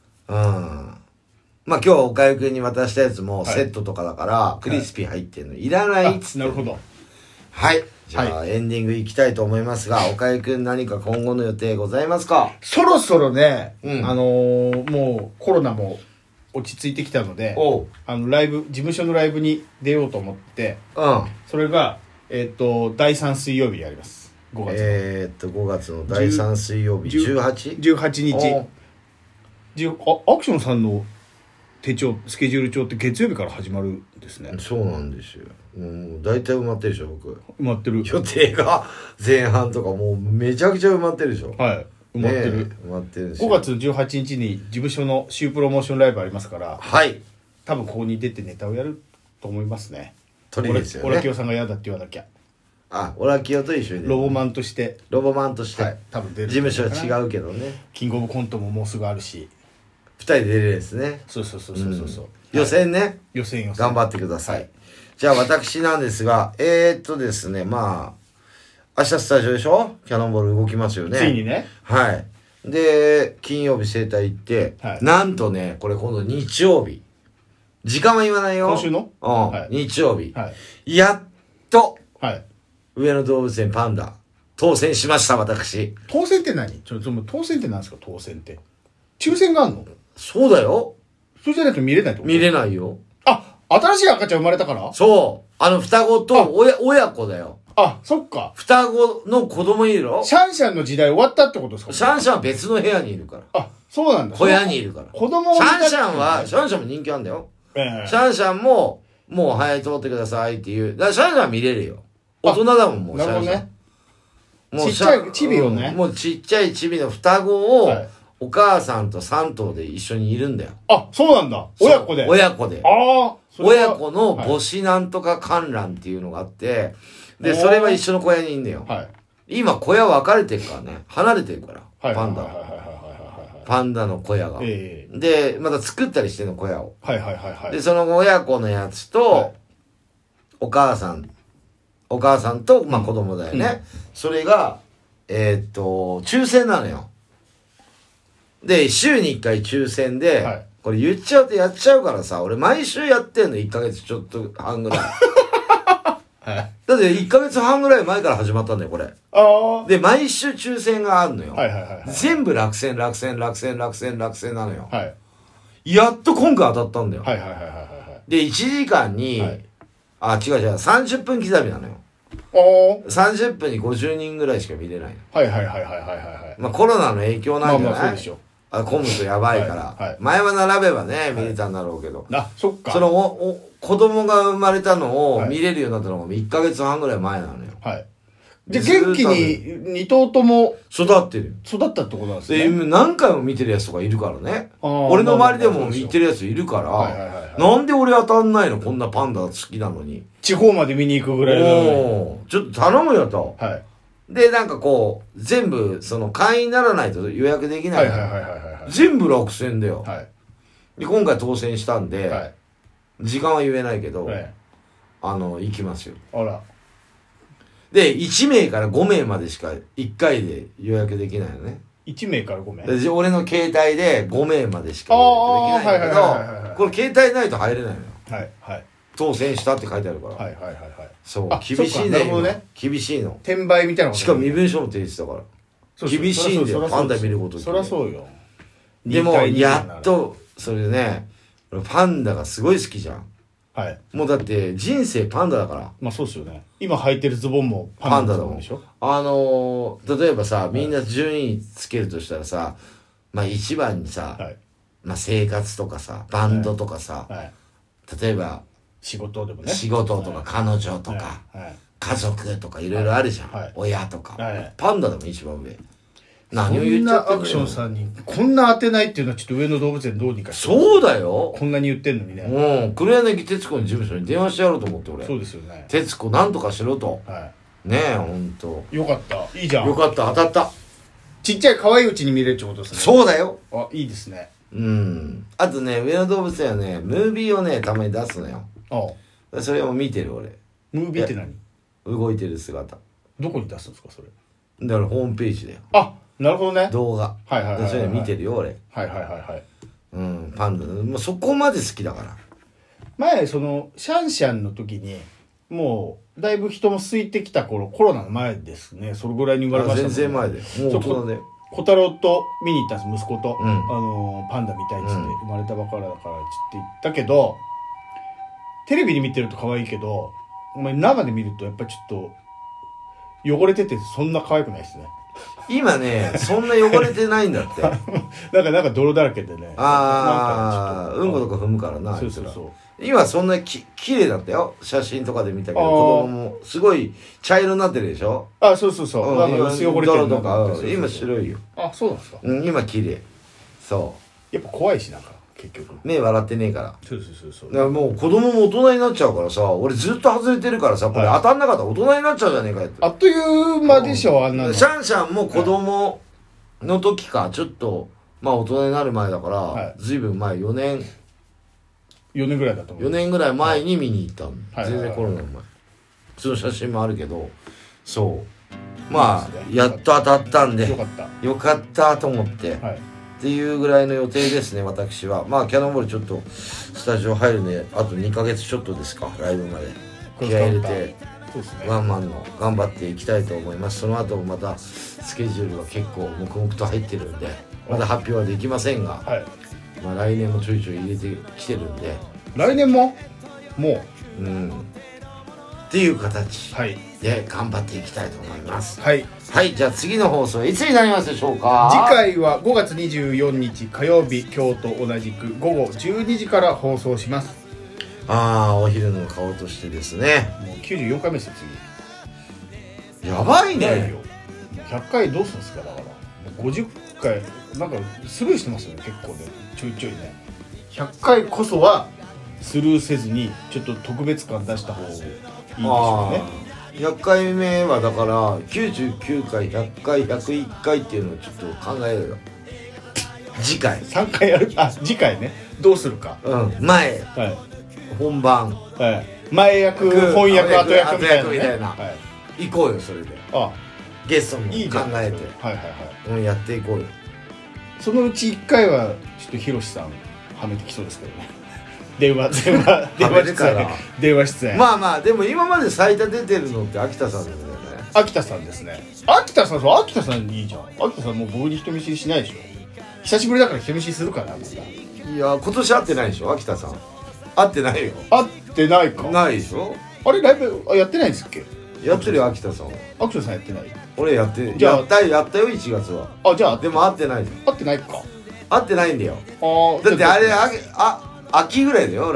まあ今日おかゆくんに渡したやつもセットとかだからクリスピー入ってるのいらないっつって。 なるほど。 はい。じゃあエンディングいきたいと思いますが、おかゆくん何か今後の予定ございますか。 そろそろね、もうコロナも落ち着いてきたので、ライブ、事務所のライブに出ようと思って、それが第3水曜日にあります。5月 5月の第3水曜日 18 日。アクションさんの手帳スケジュール帳って月曜日から始まるんですね。 そうなんですよ。大体埋まってるでしょ僕。 埋まってる。 予定が前半とかもうめちゃくちゃ埋まってるでしょ。 はい。埋まってる。 埋まってるんですよ。 5月18日に事務所のシュープロモーションライブありますから。 はい。 多分ここに出てネタをやると思いますね。 鳥ですよね。 オラキオさんが嫌だって言わなきゃ。 オラキオと一緒にロボマンとして、 多分出る。事務所は違うけどね。 キングオブコントももうすぐあるし、 2人で出れるですね。 そう、 予選ね。 予選頑張ってください。 じゃあ私なんですが、ですね、まあ、明日スタジオでしょ？キャノンボール動きますよね。 ついにね。 はい。で、金曜日整体行って、はい、なんとね、これ今度日曜日。時間は言わないよ。 今週の？ うん、 はい、 日曜日。 はい、 やっと、 はい、 上野動物園パンダ、当選しました、私。 当選って何？当選って何ですか、当選って。抽選があんの？ そうだよ。 それじゃないと見れないってこと？見れないよ。 あ、新しい赤ちゃん生まれたから？ そう。双子と親子だよ。 あ、そっか。 双子の子供いるろ？ シャンシャンの時代終わったってことですか？ シャンシャンは別の部屋にいるから。 あ、そうなんだ。 小屋にいるから。 子供をシャンシャンも人気あるんだよ。シャンシャンも、もうはい、通ってくださいっていう。だからシャンシャンは見れるよ。大人だもん、もうシャンシャン。なるほどね。 もうちっちゃいチビをね、 もうちっちゃいチビの双子を、はい、お母さんと3頭で一緒にいるんだよ。 あ、そうなんだ。親子で。 親子で。 ああ。 親子の母子なんとか観覧っていうのがあって、で、それは一緒の小屋にいんだよ。はい、今小屋分かれてるからね。離れてるから。パンダ。パンダの小屋が。で、また作ったりしてんの、小屋を。で、その親子のやつと、はい、お母さんと、まあ子供だよね。うん、それが、抽選なのよ。で、週に1回抽選で、はい、これ言っちゃうとやっちゃうからさ、俺毎週やってんの、1ヶ月ちょっと半ぐらい。はい、だって1ヶ月半ぐらい前から始まったんだよ、これ。で、毎週抽選があるのよ。全部落選なのよ。はい、やっと今回当たったんだよ。で、1時間に、はい、違う、30分刻みなのよ。30分に50人ぐらいしか見れない。まあコロナの影響なんじゃない？まあそうでしょ。混むとやばいから。はいはい、前は並べばね、見れたんだろうけど。 あ、そっか。 その子供が生まれたのを見れるようになったのが1ヶ月半ぐらい前なのよ。 はい。で、元気に2頭とも育ってる。 育ったってことなんですね。 で、何回も見てるやつとかいるからね。俺の周りでも見てるやついるから、なんで俺当たんないの？こんなパンダ好きなのに。 地方まで見に行くぐらいなのに。ちょっと頼むよと。はい。で、なんかこう、全部、会員にならないと予約できない。全部落選だよ。はい。で、今回当選したんで、はい、時間は言えないけど、はい、行きますよ。あら。で、1名から5名までしか1回で予約できないよね。 1名から5名？ で、俺の携帯で5名までしか予約できないんだけど、これ携帯ないと入れないのよ。はい。はい。当選したって書いてあるから。はい。そう、厳しいね。なるほどね。厳しいの。 転売みたいなこと。 しかも身分証も提出だから。厳しいんだよ、パンダ見ることって。 そりゃそうよ。 でも、やっと、それね、パンダがすごい好きじゃん。はい。もうだって、人生パンダだから。 まあそうですよね。今履いてるズボンもパンダだもんでしょ。 例えばさ、みんな順位つけるとしたらさ、まあ一番にさ、まあ生活とかさ、バンドとかさ、例えば、 仕事でもね。 仕事とか彼女とか、家族とかいろいろあるじゃん。親とか。パンダでも一番上。 何を言っちゃってんの？こんなアクションさんにこんな当てないっていうのはちょっと上野動物園どうにかして。 そうだよ。 こんなに言ってんのにね。 うん。黒柳徹子の事務所に電話してやろうと思って俺。 そうですよね。 徹子なんとかしろと。はい。ねえ、ほんと。 よかった。いいじゃん。 よかった。当たった。 ちっちゃい可愛いうちに見れるってことですね。 そうだよ。 あ、いいですね。 うん。あとね、上野動物園はね、ムービーをね、たまに出すのよ。ああ。それも見てる俺。 ムービーって何？ 動いてる姿。 どこに出すんですかそれ？ だからホームページだよ。 あ、なるほどね。 動画。それ見てるよ俺。うん、パンダ。もうそこまで好きだから。 前シャンシャンの時にもうだいぶ人も空いてきた頃、コロナの前ですね。それぐらいに言われましたもんね。 全然前で。もう大人で。 小太郎と見に行ったんです、息子と。パンダ見たいっつって、生まれたばかりだからっつって言ったけど、テレビで見てると可愛いけど、お前生で見るとやっぱちょっと汚れててそんな可愛くないですね。 今ね、そんな汚れてないんだって。 なんか泥だらけでね。 うんことか踏むからな。そう。今そんな綺麗だったよ。写真とかで見たけど、子供もすごい茶色になってるでしょ。 あ、そう。なんか薄汚れてるとか、今白いよ。 あ、そうなんですか。 今綺麗。そう。 やっぱ怖いしなんか。結局目笑ってねえから。 そうだからもう子供も大人になっちゃうからさ、俺ずっと外れてるからさ、これ当たんなかったら大人になっちゃうじゃねえかよって。 あっという間でしょ、あんなの。 シャンシャンも子供の時か、ちょっとまあ大人になる前だから、随分前、4年 4年ぐらいだと思う。 4年ぐらい前に見に行ったの、 はい、 全然コロナの前、その写真もあるけど、そうまあやっと当たったんでよかったと思って、はい、っていうぐらいの予定ですね。私はまあキャノンボールちょっとスタジオ入るね、あと2ヶ月ちょっとですか、ライブまで気合い入れてワンマンの頑張っていきたいと思います。その後もまたスケジュールが結構黙々と入ってるんでまだ発表はできませんが、はい、まあ来年もちょいちょい入れてきてるんで、 来年ももうっていう形で頑張っていきたいと思います。 はい、 はい、じゃあ次の放送はいつになりますでしょうか。 次回は5月24日火曜日、今日と同じく午後12時から放送します。 お昼の顔としてですね。 もう94回目ですよ次。やばいね。 100回どうするんですか。だから50回なんかスルーしてますよね、結構ね、ちょいちょいね。100回こそはスルーせずにちょっと特別感出した方がいいでしょうね。 100回目はだから99回100回101回っていうのをちょっと考えるよ。次回 3回やる。次回ね、どうするか。 前、はい、本番、 はい、前役翻訳後役みたいな、 はい、行こうよ。それでゲストも考えてやっていこうよ。 そのうち1回はちょっとヒロシさんはめてきそうですけどね。電話出演。 まあまあでも今まで最多出てるのって秋田さんだよね。 秋田さんですね。秋田さんいいじゃん。秋田さんもう僕に人見知りしないでしょ。久しぶりだから人見知りするかな。 いや今年会ってないでしょ。秋田さん会ってないよ。 会ってないか。 ないでしょ。 あれライブやってないんですっけ。 やってるよ秋田さん。 秋田さんやってない。 俺やって。じゃあやったよ1月は。 じゃあでも会ってないじゃん。 会ってないか。 会ってないんだよ。だってあれ秋ぐらいだよ。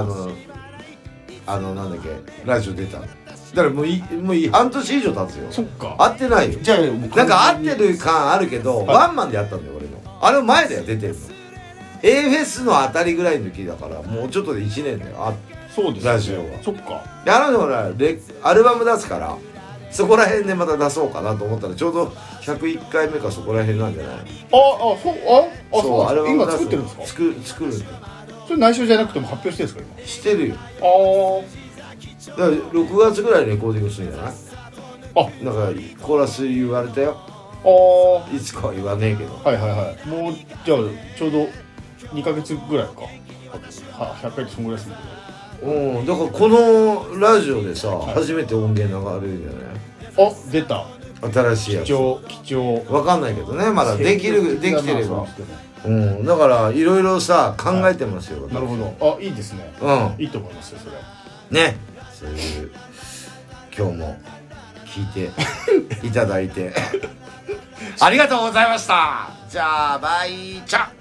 なんだっけラジオ出たの。だからもう半年以上経つよ。 そっか。 会ってないよ。 じゃあなんか会ってる感あるけど、ワンマンでやったんだよ俺の。あれ前だよ出てるの。A フェスのあたりぐらいの時だからもうちょっとで1年だよ。 そうですね。 ラジオは。 そっか。 でほらアルバム出すからそこら辺でまた出そうかなと思ったらちょうど101回目かそこら辺なんじゃない。 そうアルバム今作ってるんですか。 作るんだよ。 それ内緒じゃなくても発表してるんですか今。 してるよ。だから6月ぐらいにレコーディングするんじゃない。なんかコーラス言われたよ。いつかは言わねえけど。 はいもうじゃあちょうど2ヶ月ぐらいか。100回ってそんぐらいですね。 だからこのラジオでさ、初めて音源流れるんじゃない。 出た新しいやつ。 貴重わかんないけどね、まだできてれば。だからいろいろさ考えてますよ。 なるほど。いいですね。いいと思いますよそれね。そういう今日も聞いていただいてありがとうございました。じゃあバイチャ。